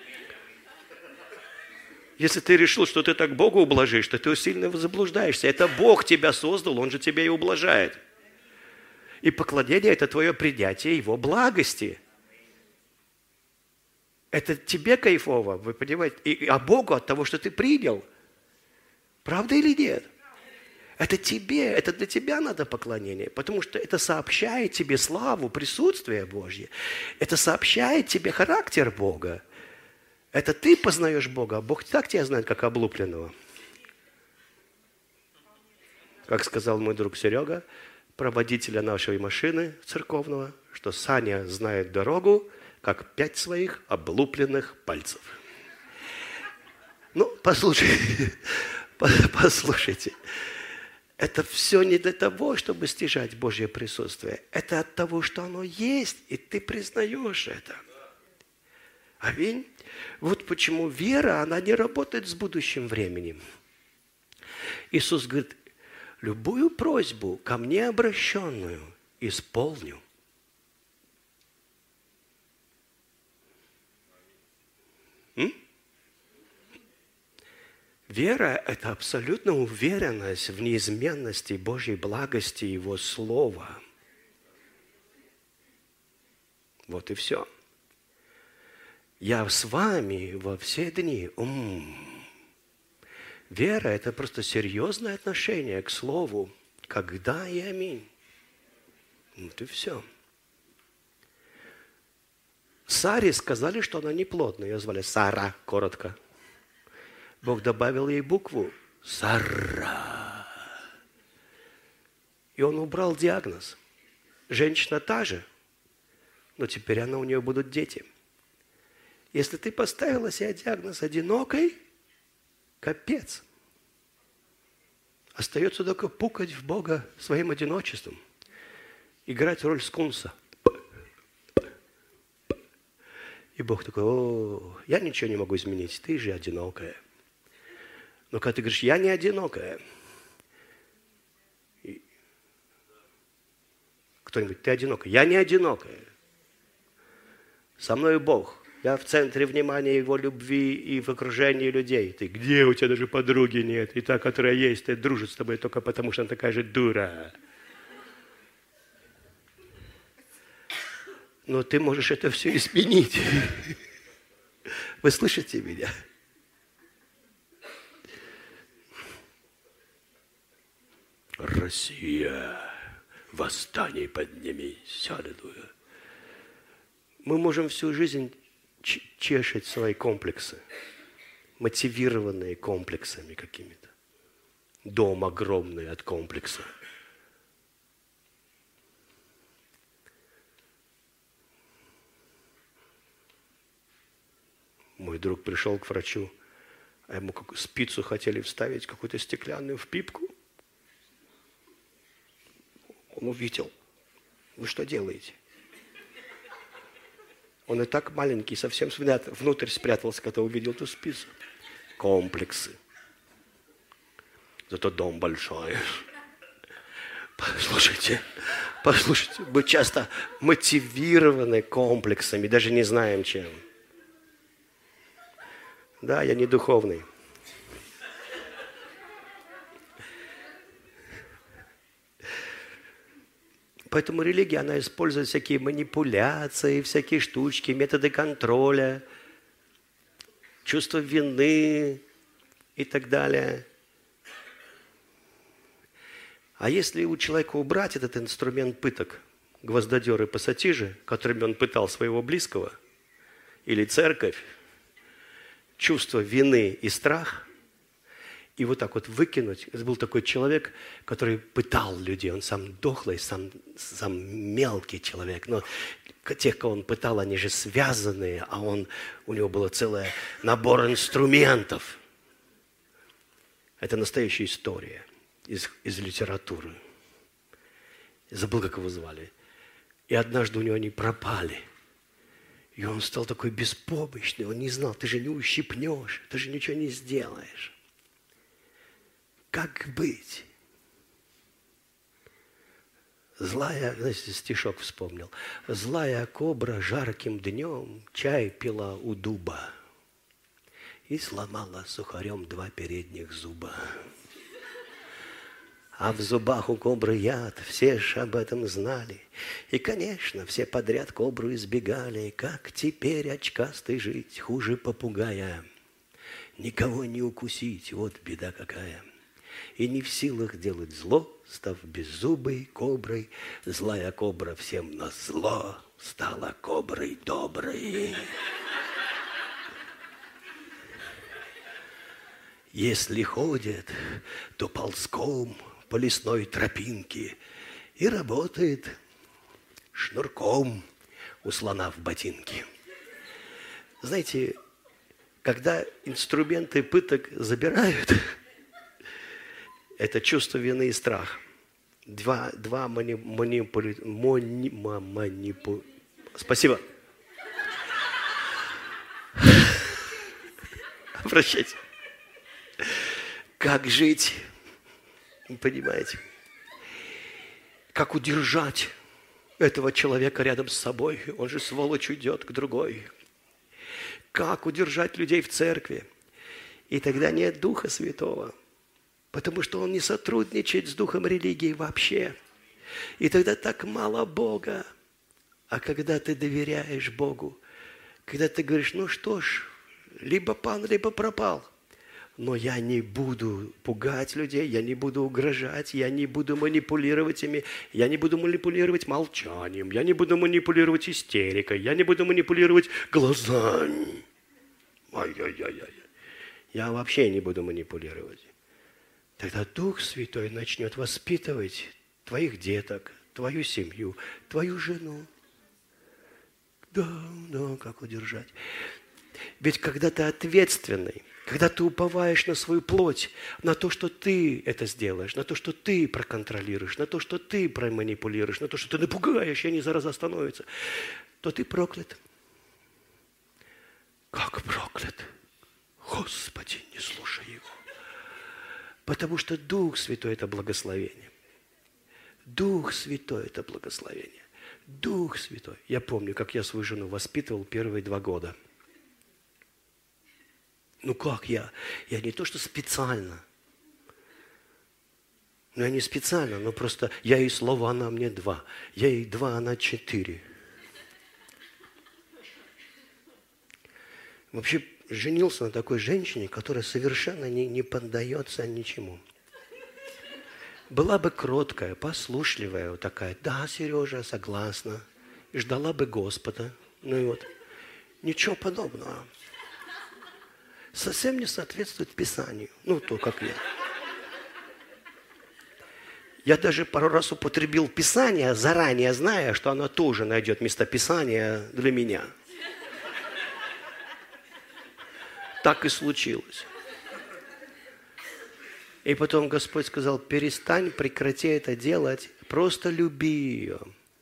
Если ты решил, что ты так Богу ублажишь, то ты сильно заблуждаешься. Это Бог тебя создал, Он же тебя и ублажает. И поклонение – это твое принятие Его благости. Это тебе кайфово, вы понимаете? А Богу от того, что ты принял. Правда или нет? Это тебе, это для тебя надо поклонение, потому что это сообщает тебе славу, присутствие Божье. Это сообщает тебе характер Бога. Это ты познаешь Бога, а Бог так тебя знает, как облупленного. Как сказал мой друг Серега, про водителя нашей машины церковного, что Саня знает дорогу, как 5 своих облупленных пальцев. Ну, послушайте. Это все не для того, чтобы стяжать Божье присутствие. Это от того, что оно есть, и ты признаешь это. Аминь. Вот почему вера, она не работает с будущим временем. Иисус говорит: любую просьбу ко мне обращенную исполню. Вера – это абсолютная уверенность в неизменности Божьей благости Его Слова. Вот и все. Я с вами во все дни. Вера – это просто серьезное отношение к Слову. Когда и аминь. Вот и все. Саре сказали, что она неплодная. Ее звали Сара, коротко. Бог добавил ей букву Сара. И Он убрал диагноз. Женщина та же. но теперь у нее будут дети. Если ты поставила себе диагноз одинокой, капец. Остается только пукать в Бога своим одиночеством, играть роль скунса. И Бог такой: о, я ничего не могу изменить, ты же одинокая. Но когда ты говоришь: я не одинокая, кто-нибудь: ты одинокая? Я не одинокая. Со мной Бог. Я в центре внимания Его любви и в окружении людей. Ты: где у тебя даже подруги нет? И та, которая есть, ты дружит с тобой только потому, что она такая же дура. Но ты можешь это все изменить. Вы слышите меня? Россия, восстань, поднимись. Аллилуйя. Мы можем всю жизнь чешет свои комплексы, мотивированные комплексами какими-то. Дом огромный от комплекса. Мой друг пришел к врачу, а ему спицу хотели вставить, какую-то стеклянную, в пипку. Он увидел: вы что делаете? Он и так маленький, совсем внутрь спрятался, когда увидел эту спицу. Комплексы. Зато дом большой. Послушайте, мы часто мотивированы комплексами, даже не знаем чем. Да, я не духовный. Поэтому религия, она использует всякие манипуляции, всякие штучки, методы контроля, чувство вины и так далее. А если у человека убрать этот инструмент пыток, гвоздодеры, пассатижи, которыми он пытал своего близкого, или церковь, чувство вины и страх, и вот так вот выкинуть. Это был такой человек, который пытал людей. Он сам дохлый, сам мелкий человек. Но тех, кого он пытал, они же связанные, а у него был целый набор инструментов. Это настоящая история из литературы. Я забыл, как его звали. И однажды у него они пропали. И он стал такой беспомощный. Он не знал: ты же не ущипнешь, ты же ничего не сделаешь. Как быть? Злая, знаете, стишок вспомнил. Злая кобра жарким днем чай пила у дуба и сломала сухарем 2 передних зуба. А в зубах у кобры яд, все ж об этом знали. И, конечно, все подряд кобру избегали. Как теперь очкастый жить, хуже попугая? Никого не укусить, вот беда какая. И не в силах делать зло, став беззубой коброй, злая кобра всем назло стала коброй доброй. Если ходит, то ползком по лесной тропинке и работает шнурком у слона в ботинке. Знаете, когда инструменты пыток забирают, это чувство вины и страх. Спасибо. Обращайте. Как жить? Понимаете? Как удержать этого человека рядом с собой? Он же, сволочь, уйдет к другой. Как удержать людей в церкви? И тогда нет Духа Святого. Потому что он не сотрудничает с духом религии вообще. И тогда так мало Бога. А когда ты доверяешь Богу, когда ты говоришь: ну что ж, либо пан, либо пропал. Но я не буду пугать людей, я не буду угрожать, я не буду манипулировать ими, я не буду манипулировать молчанием, я не буду манипулировать истерикой, я не буду манипулировать глазами. Ай-яй-яй-яй. Я вообще не буду манипулировать. Тогда Дух Святой начнет воспитывать твоих деток, твою семью, твою жену. да, как удержать? Ведь когда ты ответственный, когда ты уповаешь на свою плоть, на то, что ты это сделаешь, на то, что ты проконтролируешь, на то, что ты проманипулируешь, на то, что ты напугаешь, и они зараза остановятся, то ты проклят. Как проклят? Господи, не слушай его. Потому что Дух Святой – это благословение. Дух Святой – это благословение. Дух Святой. Я помню, как я свою жену воспитывал первые 2 года. Ну как я? Я не то, что специально. Ну я не специально, но просто я ей слово, она мне 2. Я ей 2, она 4. Вообще женился на такой женщине, которая совершенно не поддается ничему. Была бы кроткая, послушливая, вот такая, да, Сережа, согласна. И ждала бы Господа. Ну и вот, ничего подобного. Совсем не соответствует Писанию. Ну, то, как я. Я даже пару раз употребил Писание, заранее зная, что оно тоже найдет местописание для меня. Так и случилось. И потом Господь сказал, перестань, прекрати это делать, просто люби ее.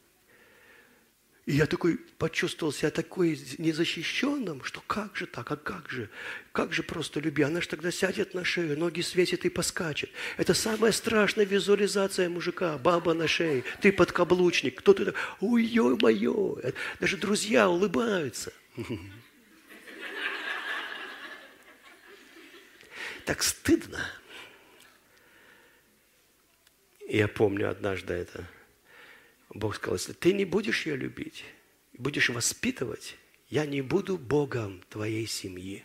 И я такой почувствовал себя такой незащищенным, что как же так, как же просто люби. Она же тогда сядет на шею, ноги светит и поскачет. Это самая страшная визуализация мужика, баба на шее, ты подкаблучник, кто ты такой, ой, ё-моё. Даже друзья улыбаются. Так стыдно. Я помню однажды это. Бог сказал, если ты не будешь ее любить, будешь воспитывать, я не буду Богом твоей семьи.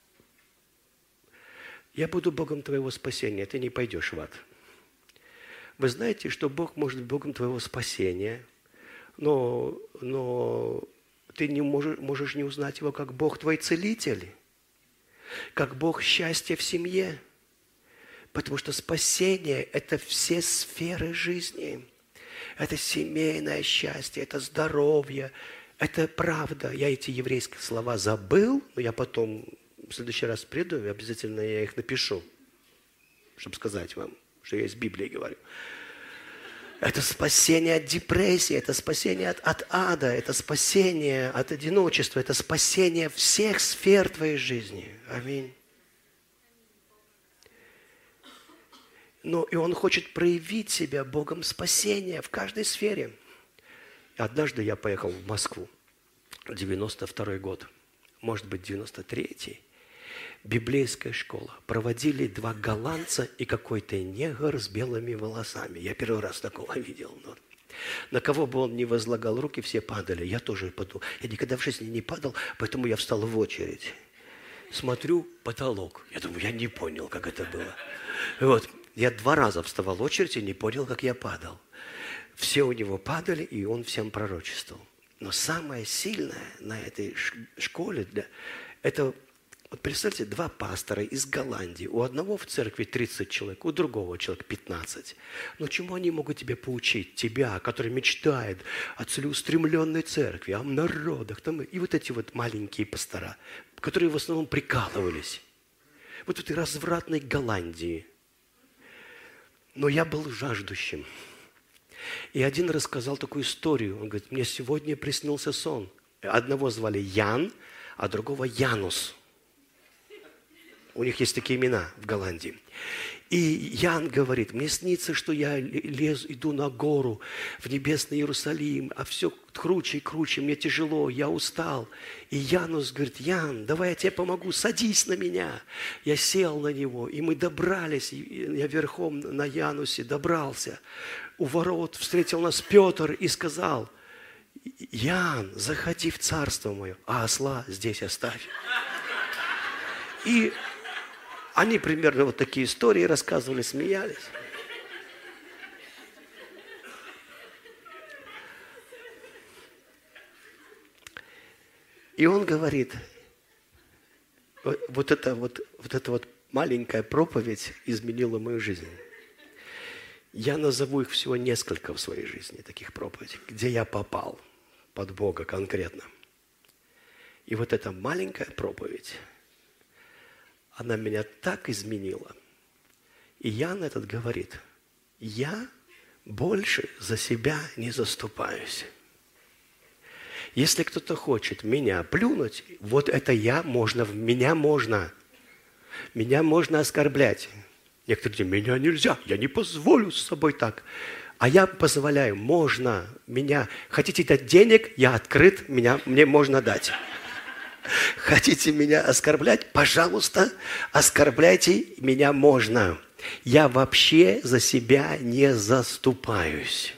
Я буду Богом твоего спасения, ты не пойдешь в ад. Вы знаете, что Бог может быть Богом твоего спасения, но ты не можешь не узнать Его как Бог твой целитель, как Бог счастья в семье. Потому что спасение – это все сферы жизни. Это семейное счастье, это здоровье, это правда. Я эти еврейские слова забыл, но я потом в следующий раз приду, и обязательно я их напишу, чтобы сказать вам, что я из Библии говорю. Это спасение от депрессии, это спасение от ада, это спасение от одиночества, это спасение всех сфер твоей жизни. Аминь. Но и Он хочет проявить себя Богом спасения в каждой сфере. Однажды я поехал в Москву, 92-й год, может быть, 93-й. Библейская школа. Проводили 2 голландца и какой-то негр с белыми волосами. Я первый раз такого видел. На кого бы он ни возлагал руки, все падали. Я тоже подумал. Я никогда в жизни не падал, поэтому я встал в очередь. Смотрю, потолок. Я думаю, я не понял, как это было. Вот. Я 2 раза вставал в очередь и не понял, как я падал. Все у него падали, и он всем пророчествовал. Но самое сильное на этой школе, это, вот представьте, 2 пастора из Голландии. У одного в церкви 30 человек, у другого человек 15. Но чему они могут тебе поучить? Тебя, который мечтает о целеустремленной церкви, о народах. И вот эти вот маленькие пастора, которые в основном прикалывались. Вот в этой развратной Голландии. Но я был жаждущим. И один рассказал такую историю. Он говорит, мне сегодня приснился сон. Одного звали Ян, а другого Янус. У них есть такие имена в Голландии. И Ян говорит, мне снится, что я иду на гору в небесный Иерусалим, а все круче и круче, мне тяжело, я устал. И Янус говорит, Ян, давай я тебе помогу, садись на меня. Я сел на него, и мы добрались, я верхом на Янусе добрался. У ворот встретил нас Петр и сказал, Ян, заходи в царство мое, а осла здесь оставь. И они примерно вот такие истории рассказывали, смеялись. И он говорит, вот эта маленькая проповедь изменила мою жизнь. Я назову их всего несколько в своей жизни, таких проповедей, где я попал под Бога конкретно. И вот эта маленькая проповедь, она меня так изменила. И Иоанн этот говорит, я больше за себя не заступаюсь. Если кто-то хочет меня плюнуть, вот это меня можно оскорблять. Некоторые говорят, меня нельзя, я не позволю с собой так. А я позволяю, можно, хотите дать денег, я открыт, мне можно дать. Хотите меня оскорблять, пожалуйста, оскорбляйте, меня можно. Я вообще за себя не заступаюсь.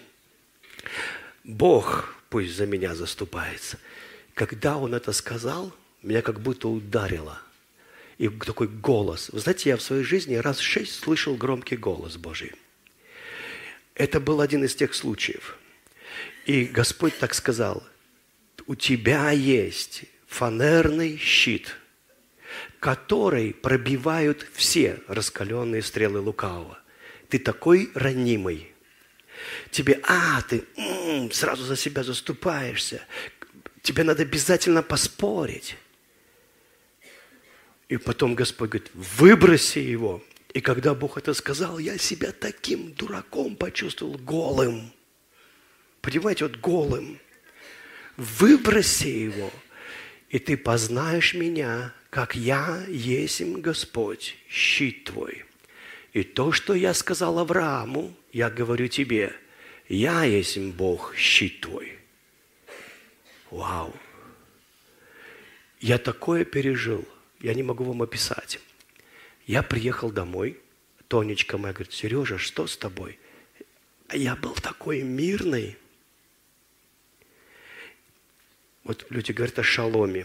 Бог пусть за меня заступается. Когда Он это сказал, меня как будто ударило. И такой голос. Вы знаете, я в своей жизни раз 6 слышал громкий голос Божий. Это был один из тех случаев. И Господь так сказал, у тебя есть фанерный щит, который пробивают все раскаленные стрелы лукавого. Ты такой ранимый. Тебе, ты сразу за себя заступаешься. Тебе надо обязательно поспорить. И потом Господь говорит, выброси его. И когда Бог это сказал, я себя таким дураком почувствовал, голым. Понимаете, вот голым. Выброси его, и ты познаешь меня, как я есмь Господь, щит твой. И то, что я сказал Аврааму, я говорю тебе, я есмь Бог, щит твой. Вау! Я такое пережил, я не могу вам описать. Я приехал домой, Тонечка моя говорит, Сережа, что с тобой? А я был такой мирный. Вот люди говорят о шаломе.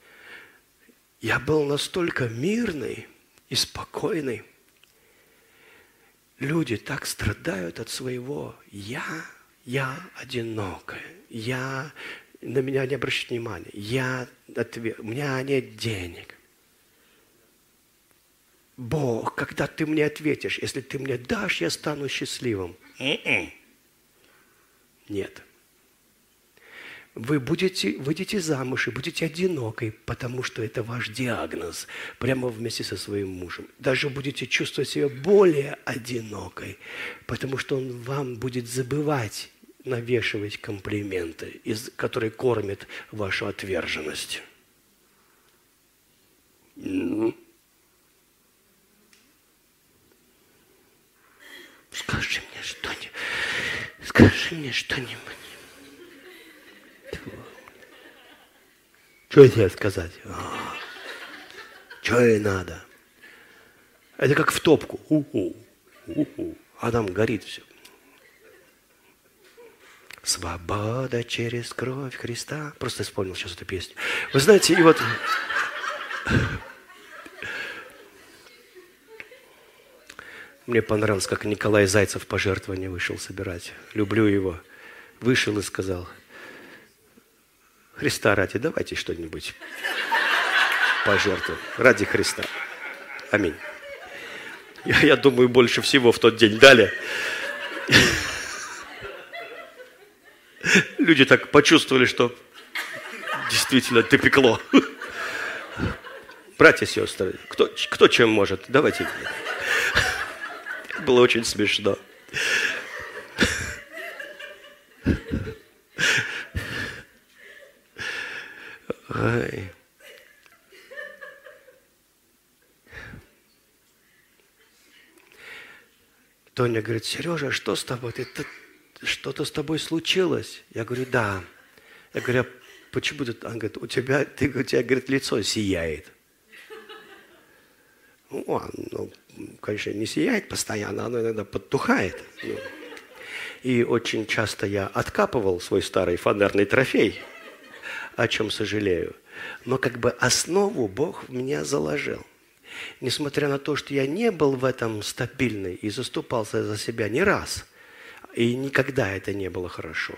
Я был настолько мирный и спокойный. Люди так страдают от своего «я одинокая», на меня не обращают внимания, у меня нет денег. Бог, когда ты мне ответишь, если ты мне дашь, я стану счастливым. Нет. Вы выйдете замуж и будете одинокой, потому что это ваш диагноз, прямо вместе со своим мужем. Даже будете чувствовать себя более одинокой, потому что он вам будет забывать навешивать комплименты, которые кормят вашу отверженность. Скажи мне что-нибудь. Что тебе сказать? Что ей надо? Это как в топку. А там горит все. Свобода через кровь Христа. Просто вспомнил сейчас эту песню. Вы знаете, и вот... Мне понравилось, как Николай Зайцев пожертвования вышел собирать. Люблю его. Вышел и сказал... Христа ради, давайте что-нибудь пожертвуем. Ради Христа. Аминь. Я думаю, больше всего в тот день дали. Люди так почувствовали, что действительно допекло. Братья и сестры, кто чем может, давайте. Было очень смешно. Ай. Тоня говорит, Сережа, что с тобой? Что-то с тобой случилось? Я говорю, да. Я говорю, а почему ты? Он говорит, у тебя, говорит, лицо сияет. Ну, конечно, не сияет постоянно, оно иногда подтухает. И очень часто я откапывал свой старый фанерный трофей, о чем сожалею. Но как бы основу Бог в меня заложил. Несмотря на то, что я не был в этом стабильный и заступался за себя не раз, и никогда это не было хорошо.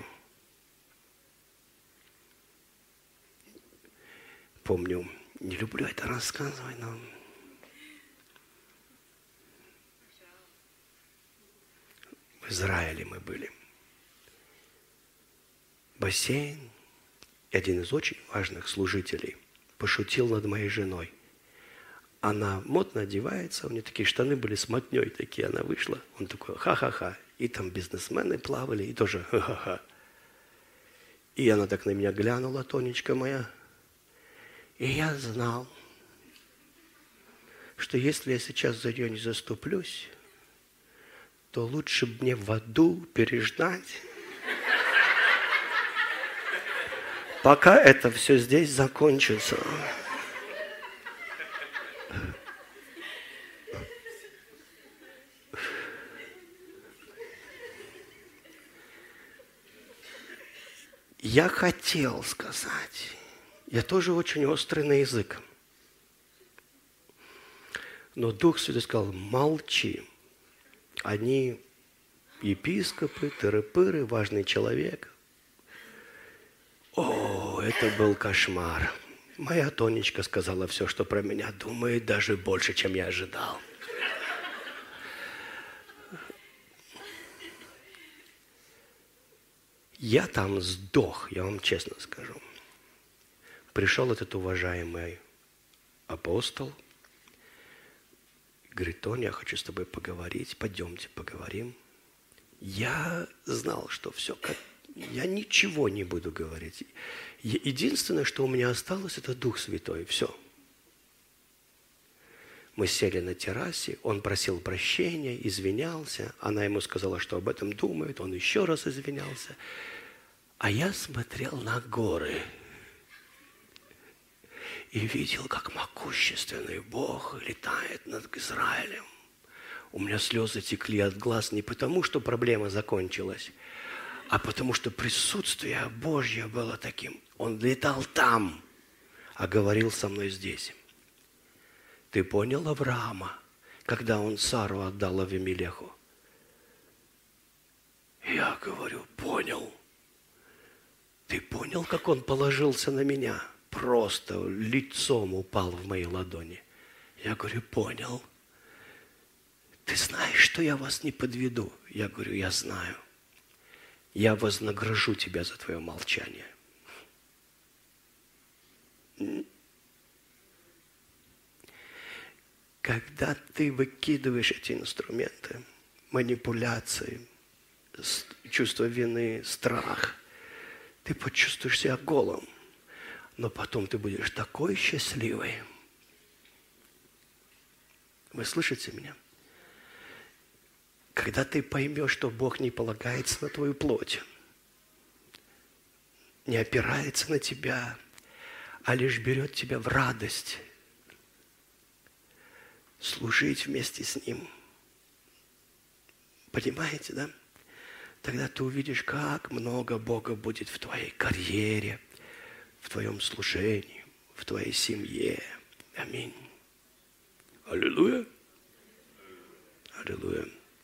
Помню, не люблю это рассказывать, но... В Израиле мы были. Бассейн. И один из очень важных служителей пошутил над моей женой. Она модно одевается, у нее такие штаны были с мотней такие, она вышла. Он такой, ха-ха-ха. И там бизнесмены плавали, и тоже ха-ха-ха. И она так на меня глянула, Тонечка моя. И я знал, что если я сейчас за нее не заступлюсь, то лучше бы мне в аду переждать, пока это все здесь закончится. Я хотел сказать, я тоже очень острый на язык. Но Дух Святой сказал, молчи. Они епископы, тыры-пыры, важный человек. О, это был кошмар. Моя Тонечка сказала все, что про меня думает, даже больше, чем я ожидал. Я там сдох, я вам честно скажу. Пришел этот уважаемый апостол, говорит, Тоня, я хочу с тобой поговорить, пойдемте поговорим. Я знал, что все, я ничего не буду говорить. Единственное, что у меня осталось, это Дух Святой, все. Мы сели на террасе, он просил прощения, извинялся. Она ему сказала, что об этом думает, он еще раз извинялся. А я смотрел на горы и видел, как могущественный Бог летает над Израилем. У меня слезы текли от глаз не потому, что проблема закончилась, а потому, что присутствие Божье было таким. Он летал там, а говорил со мной здесь. Ты понял Авраама, когда он Сару отдал Авимелеху? Я говорю, понял. Ты понял, как он положился на меня? Просто лицом упал в мои ладони. Я говорю, понял. Ты знаешь, что я вас не подведу? Я говорю, я знаю. Я вознагражу тебя за твое молчание. Когда ты выкидываешь эти инструменты, манипуляции, чувство вины, страх, ты почувствуешь себя голым, но потом ты будешь такой счастливой. Вы слышите меня? Когда ты поймешь, что Бог не полагается на твою плоть, не опирается на тебя, а лишь берет тебя в радость, служить вместе с Ним. Понимаете, да? Тогда ты увидишь, как много Бога будет в твоей карьере, в твоем служении, в твоей семье. Аминь. Аллилуйя. Аллилуйя.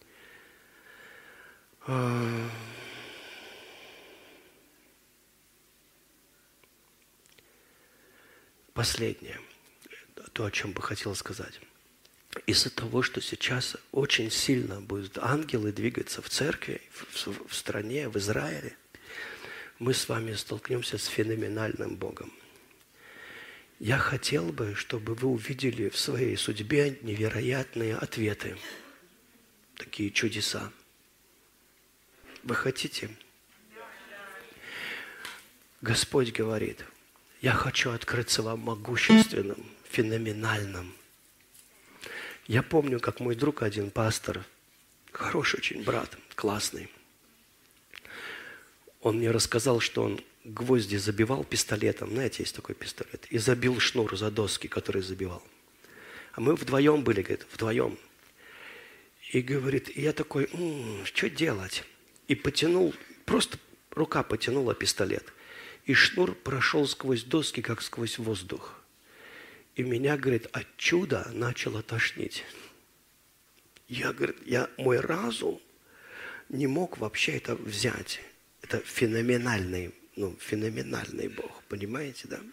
Последнее, то, о чем бы хотел сказать. Из-за того, что сейчас очень сильно будут ангелы двигаться в церкви, в стране, в Израиле, мы с вами столкнемся с феноменальным Богом. Я хотел бы, чтобы вы увидели в своей судьбе невероятные ответы, такие чудеса. Вы хотите? Господь говорит, я хочу открыться вам могущественным, феноменальным. Я помню, как мой друг один, пастор, хороший очень брат, классный, он мне рассказал, что он гвозди забивал пистолетом, знаете, есть такой пистолет, и забил шнур за доски, которые забивал. А мы вдвоем были, говорит, вдвоем. И говорит, и я такой, что делать? И потянул, просто рука потянула пистолет. И шнур прошел сквозь доски, как сквозь воздух. И меня, говорит, от чуда начало тошнить. Я, говорит, мой разум не мог вообще это взять. Это феноменальный Бог, понимаете, да?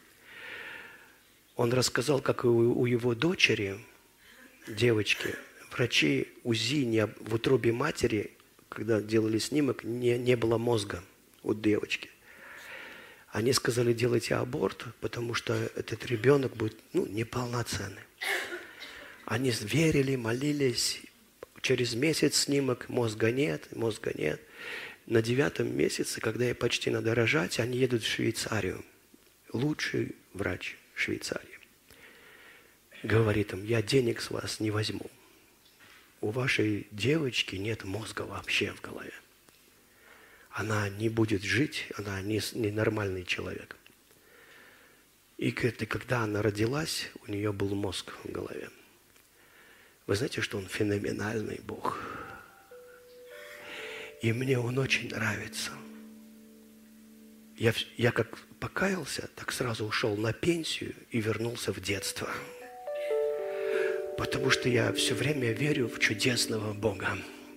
Он рассказал, как у его дочери, девочки, врачи УЗИ в утробе матери, когда делали снимок, не было мозга у девочки. Они сказали, делайте аборт, потому что этот ребенок будет неполноценный. Они верили, молились. Через месяц снимок, мозга нет. На 9-м месяце, когда ей почти надо рожать, они едут в Швейцарию. Лучший врач Швейцарии. Говорит им, я денег с вас не возьму. У вашей девочки нет мозга вообще в голове. Она не будет жить, она не нормальный человек. И когда она родилась, у нее был мозг в голове. Вы знаете, что он феноменальный Бог. И мне он очень нравится. Я как покаялся, так сразу ушел на пенсию и вернулся в детство. Потому что я все время верю в чудесного Бога.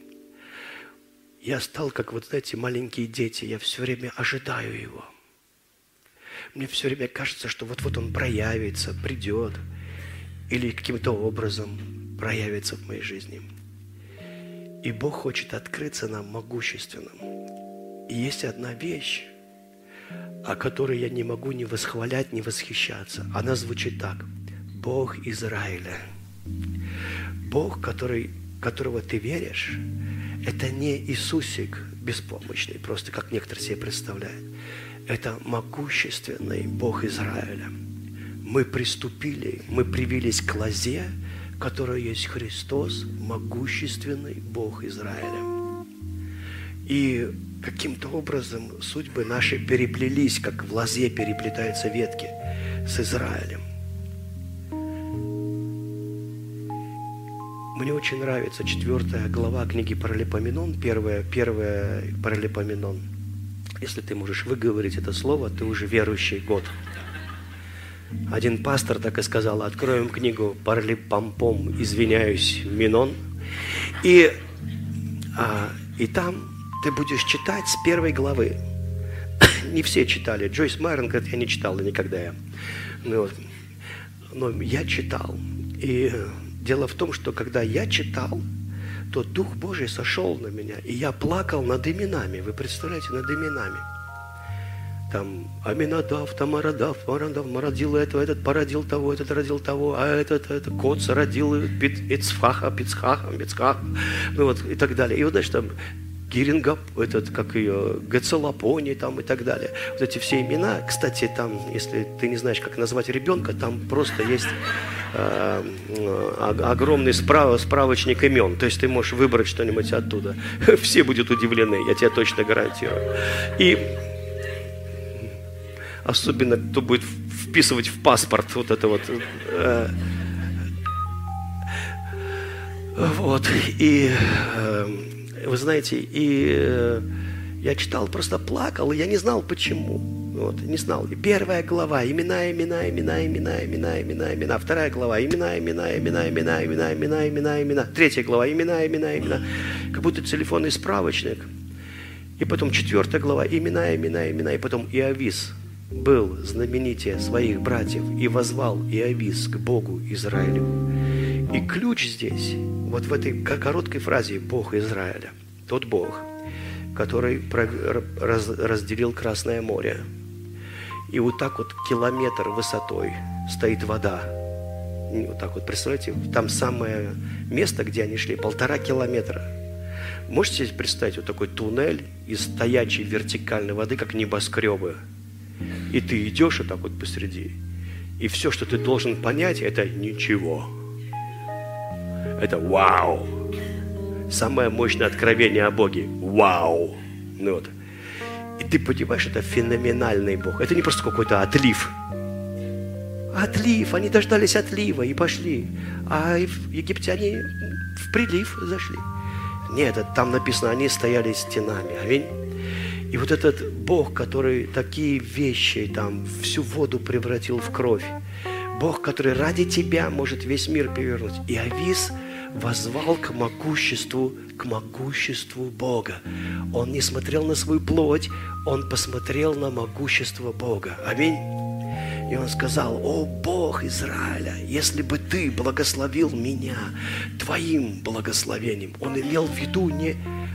Я стал, как маленькие дети, я все время ожидаю Его. Мне все время кажется, что вот он проявится, придет, или каким-то образом проявится в моей жизни. И Бог хочет открыться нам могущественным. И есть одна вещь, о которой я не могу ни восхвалять, ни восхищаться. Она звучит так. Бог Израиля. Бог, которого ты веришь, это не Иисусик беспомощный, просто как некоторые себе представляют. Это могущественный Бог Израиля. Мы привились к лозе, которая есть Христос, могущественный Бог Израиля. И каким-то образом судьбы наши переплелись, как в лозе переплетаются ветки с Израилем. Мне очень нравится 4 глава книги Паралипоменон, первая Паралипоменон. Если ты можешь выговорить это слово, ты уже верующий год. Один пастор так и сказал, откроем книгу Паралипампом, извиняюсь, Менон. И там ты будешь читать с 1 главы. Не все читали. Джойс Майрон говорит, я не читал никогда. Но я читал. И дело в том, что когда я читал, то Дух Божий сошел на меня, и я плакал над именами. Вы представляете, над именами. Там Аминадав, Тамарадав, Марандав, родил этого, этот породил того, этот родил того, а этот Коц родил Ицхаха, Пицхаха, и так далее. И вот, значит, там Гирингап, Гацелапони, там и так далее. Вот эти все имена, кстати, там, если ты не знаешь, как назвать ребенка, там просто есть огромный справочник имен. То есть ты можешь выбрать что-нибудь оттуда. Все будут удивлены, я тебе точно гарантирую. И особенно, кто будет вписывать в паспорт вот это вот. Вот. И вы знаете, я читал, просто плакал, и я не знал почему. Вот, не знал. И 1 глава, имена. 2 глава, имена. 3 глава, имена. Как будто телефонный справочник. И потом 4 глава, имена. И потом Иовис был знаменитее своих братьев и возвал Иовис к Богу Израилю. И ключ здесь, вот в этой короткой фразе «Бог Израиля», тот Бог, который разделил Красное море. И вот так вот километр высотой стоит вода. Вот так вот, представляете, там самое место, где они шли, 1,5 километра. Можете себе представить вот такой туннель из стоячей вертикальной воды, как небоскребы. И ты идешь вот так вот посреди. И все, что ты должен понять, это ничего. Это вау. Самое мощное откровение о Боге. Вау. Вот. И ты понимаешь, это феноменальный Бог. Это не просто какой-то отлив. Отлив. Они дождались отлива и пошли. А египтяне в прилив зашли. Нет, там написано, они стояли стенами. Аминь. И вот этот Бог, который такие вещи, там, всю воду превратил в кровь. Бог, который ради тебя может весь мир перевернуть. И Иовис воззвал к могуществу Бога. Он не смотрел на свою плоть, он посмотрел на могущество Бога. Аминь. И он сказал: «О Бог Израиля, если бы ты благословил меня твоим благословением». Он имел в виду не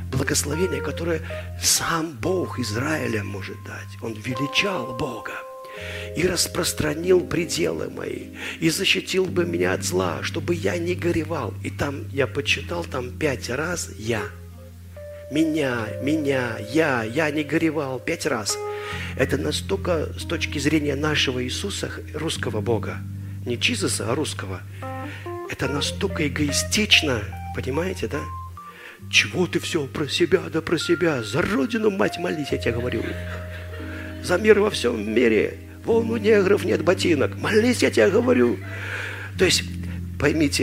благословение, которое сам Бог Израиля может дать. Он величал Бога и распространил пределы мои, и защитил бы меня от зла, чтобы я не горевал. И там, я почитал, там 5 раз я. Меня, я не горевал 5 раз. Это настолько, с точки зрения нашего Иисуса, русского Бога, не Чизуса, а русского, это настолько эгоистично, понимаете, да? Чего ты все про себя, да про себя? За Родину, мать, молись, я тебе говорю. За мир во всем мире. Вон у негров нет ботинок. Молись, я тебе говорю. То есть, поймите,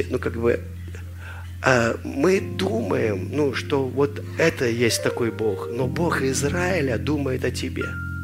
мы думаем, что вот это есть такой Бог, но Бог Израиля думает о тебе.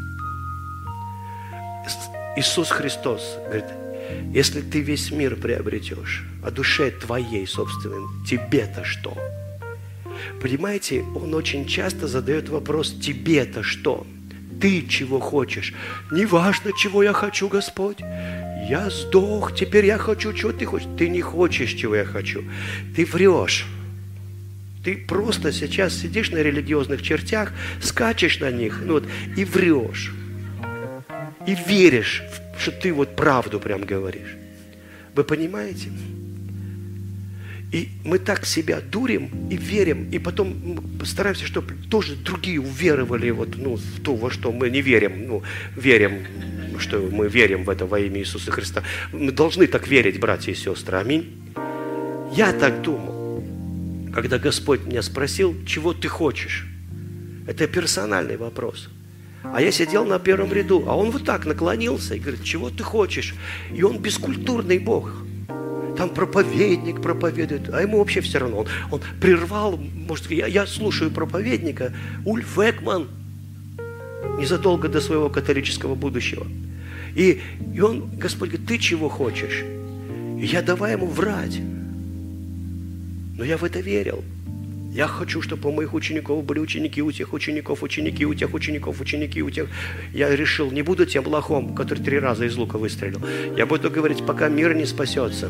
Иисус Христос говорит, если ты весь мир приобретешь, о душе твоей собственной, тебе-то что? Понимаете, Он очень часто задает вопрос, тебе-то что? Ты чего хочешь? Не важно, чего я хочу, Господь. Я сдох, теперь я хочу, чего ты хочешь. Ты не хочешь, чего я хочу. Ты врешь. Ты просто сейчас сидишь на религиозных чертях, скачешь на них, и врешь. И веришь, что ты правду прям говоришь. Вы понимаете? И мы так себя дурим и верим, и потом стараемся, чтобы тоже другие уверовали в то, во что мы не верим. Верим, что мы верим в это во имя Иисуса Христа. Мы должны так верить, братья и сестры. Аминь. Я так думал, когда Господь меня спросил, чего ты хочешь. Это персональный вопрос. А я сидел на первом ряду, а он вот так наклонился и говорит, чего ты хочешь? И он бескультурный Бог. Там проповедник проповедует, а ему вообще все равно. Он прервал, может, я слушаю проповедника, Ульф Экман, незадолго до своего католического будущего. И он, Господь говорит, ты чего хочешь? И я давай ему врать. Но я в это верил. Я хочу, чтобы у моих учеников были ученики, у тех учеников ученики, у тех учеников ученики, у тех. Я решил, не буду тем лохом, который 3 раза из лука выстрелил. Я буду говорить, пока мир не спасется.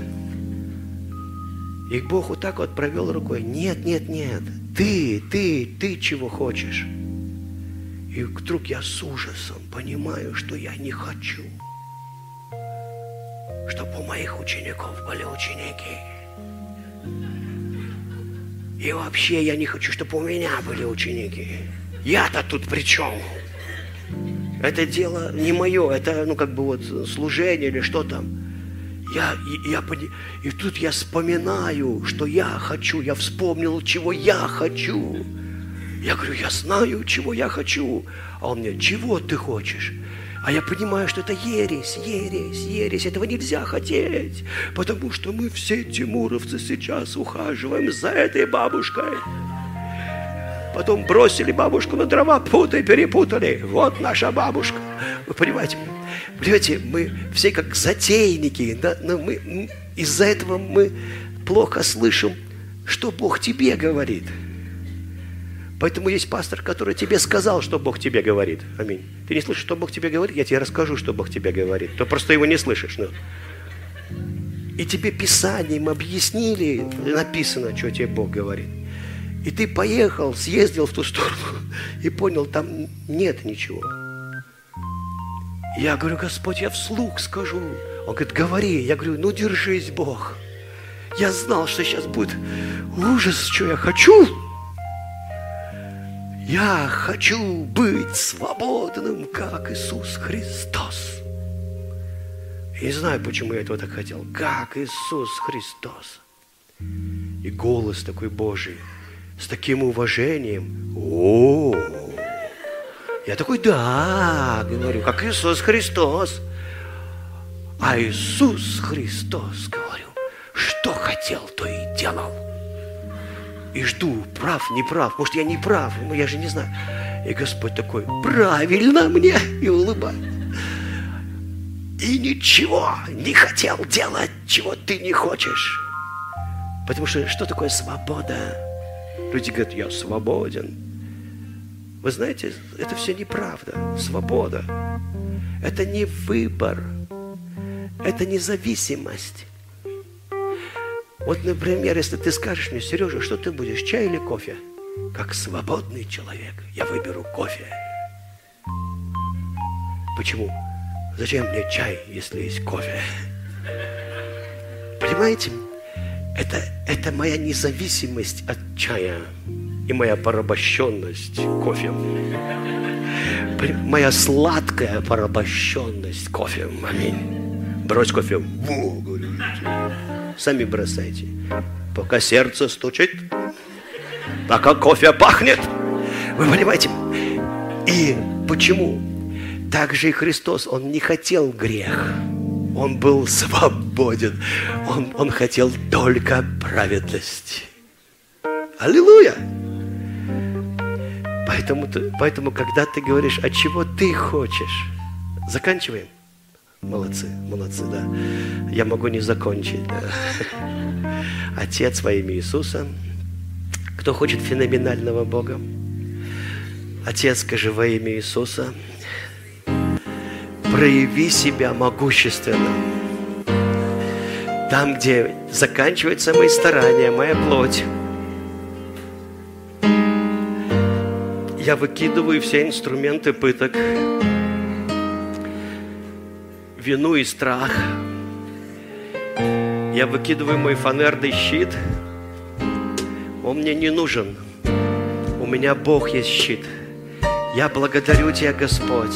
И Бог вот так вот провел рукой. Нет. Ты чего хочешь? И вдруг я с ужасом понимаю, что я не хочу, чтобы у моих учеников были ученики. И вообще я не хочу, чтобы у меня были ученики. Я-то тут при чем? Это дело не мое, это служение или что там. И тут я вспоминаю, что я хочу. Я вспомнил, чего я хочу. Я говорю, я знаю, чего я хочу. А он мне, чего ты хочешь? А я понимаю, что это ересь. Этого нельзя хотеть. Потому что мы все тимуровцы сейчас ухаживаем за этой бабушкой. Потом бросили бабушку на дрова, перепутали. Вот наша бабушка. Вы понимаете? Мы все как затейники, да? Но из-за этого мы плохо слышим, что Бог тебе говорит. Поэтому есть пастор, который тебе сказал, что Бог тебе говорит. Аминь. Ты не слышишь, что Бог тебе говорит? Я тебе расскажу, что Бог тебе говорит. Ты просто его не слышишь. И тебе Писанием объяснили, написано, что тебе Бог говорит. И ты поехал, съездил в ту сторону и понял, там нет ничего. Я говорю, Господь, я вслух скажу. Он говорит, говори. Я говорю, держись, Бог. Я знал, что сейчас будет ужас, что я хочу. Я хочу быть свободным, как Иисус Христос. Я не знаю, почему я этого так хотел. Как Иисус Христос. И голос такой Божий, с таким уважением. Я такой, да, говорю, как Иисус Христос. А Иисус Христос, говорю, что хотел, то и делал. И жду, прав, не прав. Может, я не прав, но я же не знаю. И Господь такой, правильно мне, и улыбается. И ничего не хотел делать, чего ты не хочешь. Потому что такое свобода? Люди говорят, я свободен. Вы знаете, это все неправда. Свобода – это не выбор, это независимость. Вот, например, если ты скажешь мне, Сережа, что ты будешь, чай или кофе? как свободный человек, я выберу кофе. Почему? Зачем мне чай, если есть кофе? Понимаете? Это моя независимость от чая и моя порабощенность кофе. Моя сладкая порабощенность кофе. Аминь. Брось кофе. Говорю, сами бросайте. Пока сердце стучит, пока кофе пахнет. Вы понимаете? И почему? Так же и Христос, Он не хотел грех. Он был свободен. Он хотел только праведность. Аллилуйя! Поэтому, когда ты говоришь, а чего ты хочешь, заканчиваем. Молодцы, да. Я могу не закончить. Да. Отец во имя Иисуса. Кто хочет феноменального Бога? Отец, скажи во имя Иисуса. Прояви себя могущественно. Там, где заканчиваются мои старания, моя плоть. Я выкидываю все инструменты пыток, вину и страх. Я выкидываю мой фанерный щит. Он мне не нужен. У меня Бог есть щит. Я благодарю Тебя, Господь.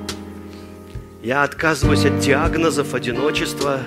Я отказываюсь от диагнозов одиночества.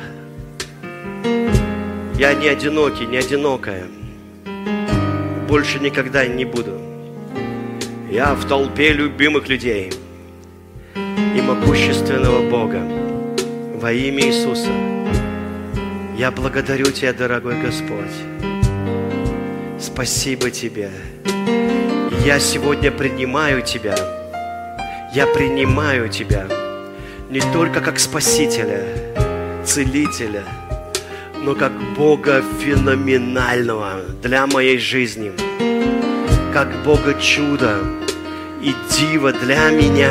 Я не одинокий, не одинокая. Больше никогда не буду. Я в толпе любимых людей и могущественного Бога. Во имя Иисуса я благодарю Тебя, дорогой Господь. Спасибо Тебе. Я сегодня принимаю Тебя. Я принимаю Тебя не только как Спасителя, Целителя, но как Бога феноменального для моей жизни, как Бога чуда и дива для меня.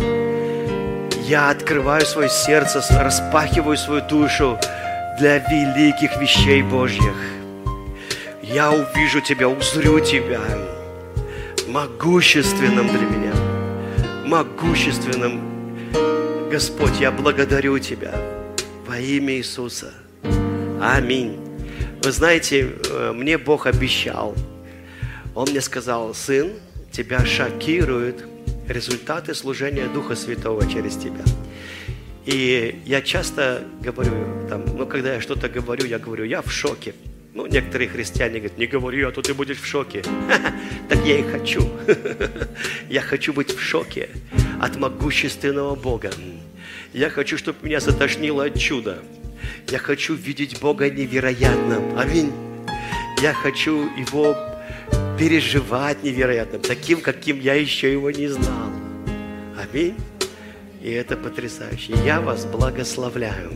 Я открываю свое сердце, распахиваю свою душу для великих вещей Божьих. Я увижу Тебя, узрю Тебя, могущественным для меня, могущественным. Господь, я благодарю Тебя во имя Иисуса. Аминь. Вы знаете, мне Бог обещал. Он мне сказал: сын, тебя шокируют результаты служения Духа Святого через тебя. И я часто говорю, когда я что-то говорю, я в шоке. Некоторые христиане говорят: не говори, а то ты будешь в шоке. Так я и хочу. Я хочу быть в шоке от могущественного Бога. Я хочу, чтобы меня затошнило от чуда. Я хочу видеть Бога невероятным. Аминь. Я хочу Его переживать невероятным, таким, каким я еще Его не знал. Аминь. И это потрясающе. Я вас благословляю.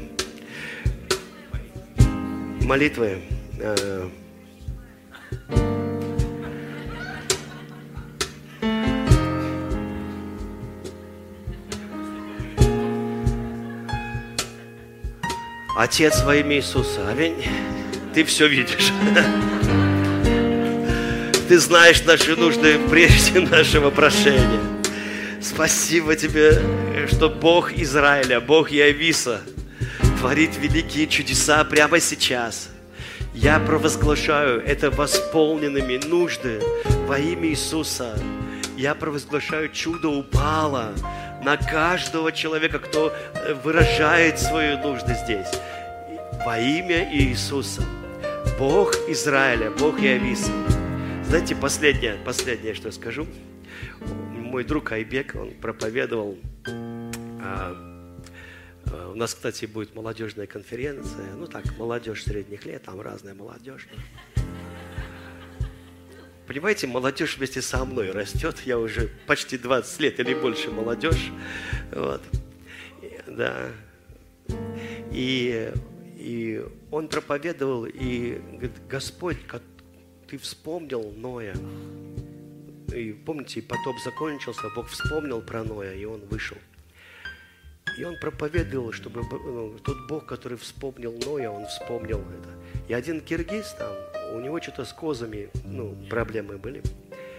Молитвы. Отец во имя Иисуса, аминь. Ты все видишь. Ты знаешь наши нужды прежде нашего прошения. Спасибо Тебе, что Бог Израиля, Бог Иовиса творит великие чудеса прямо сейчас. Я провозглашаю это восполненными нужды во имя Иисуса. Я провозглашаю, чудо упало на каждого человека, кто выражает свою нужду здесь. Во имя Иисуса. Бог Израиля, Бог Иовиса. Знаете, последнее, что я скажу. Мой друг Айбек, он проповедовал. У нас, кстати, будет молодежная конференция. Молодежь средних лет, там разная молодежь. Понимаете, молодежь вместе со мной растет. Я уже почти 20 лет или больше молодежь. Вот. Да. И он проповедовал, и говорит: Господь, Ты вспомнил Ноя. И помните, потоп закончился, Бог вспомнил про Ноя, и он вышел. И он проповедовал, чтобы тот Бог, который вспомнил Ноя, он вспомнил это. И один киргиз там, у него что-то с козами, проблемы были.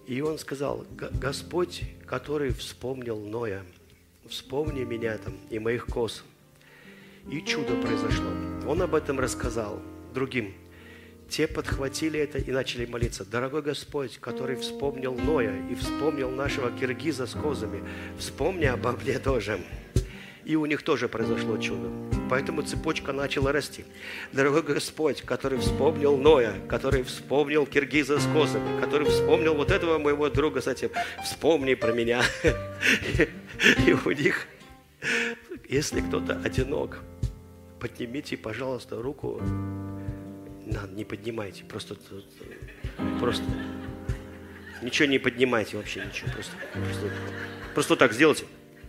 И он сказал: Господь, который вспомнил Ноя, вспомни меня там и моих коз. И чудо произошло. Он об этом рассказал другим. Те подхватили это и начали молиться. Дорогой Господь, который вспомнил Ноя и вспомнил нашего киргиза с козами, вспомни обо мне тоже. И у них тоже произошло чудо. Поэтому цепочка начала расти. Дорогой Господь, который вспомнил Ноя, который вспомнил киргиза с козами, который вспомнил вот этого моего друга с этим, вспомни про меня. И у них, если кто-то одинок, поднимите, пожалуйста, руку. Не поднимайте, просто ничего не поднимайте вообще, ничего, просто так сделайте.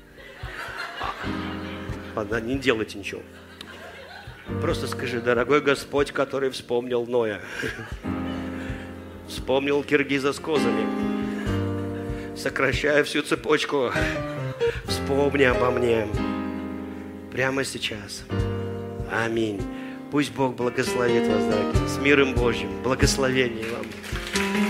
Ладно, не делайте ничего. Просто скажи: дорогой Господь, который вспомнил Ноя, вспомнил киргиза с козами, сокращая всю цепочку, вспомни обо мне прямо сейчас. Аминь. Пусть Бог благословит вас, дорогие, с миром Божьим, благословение вам.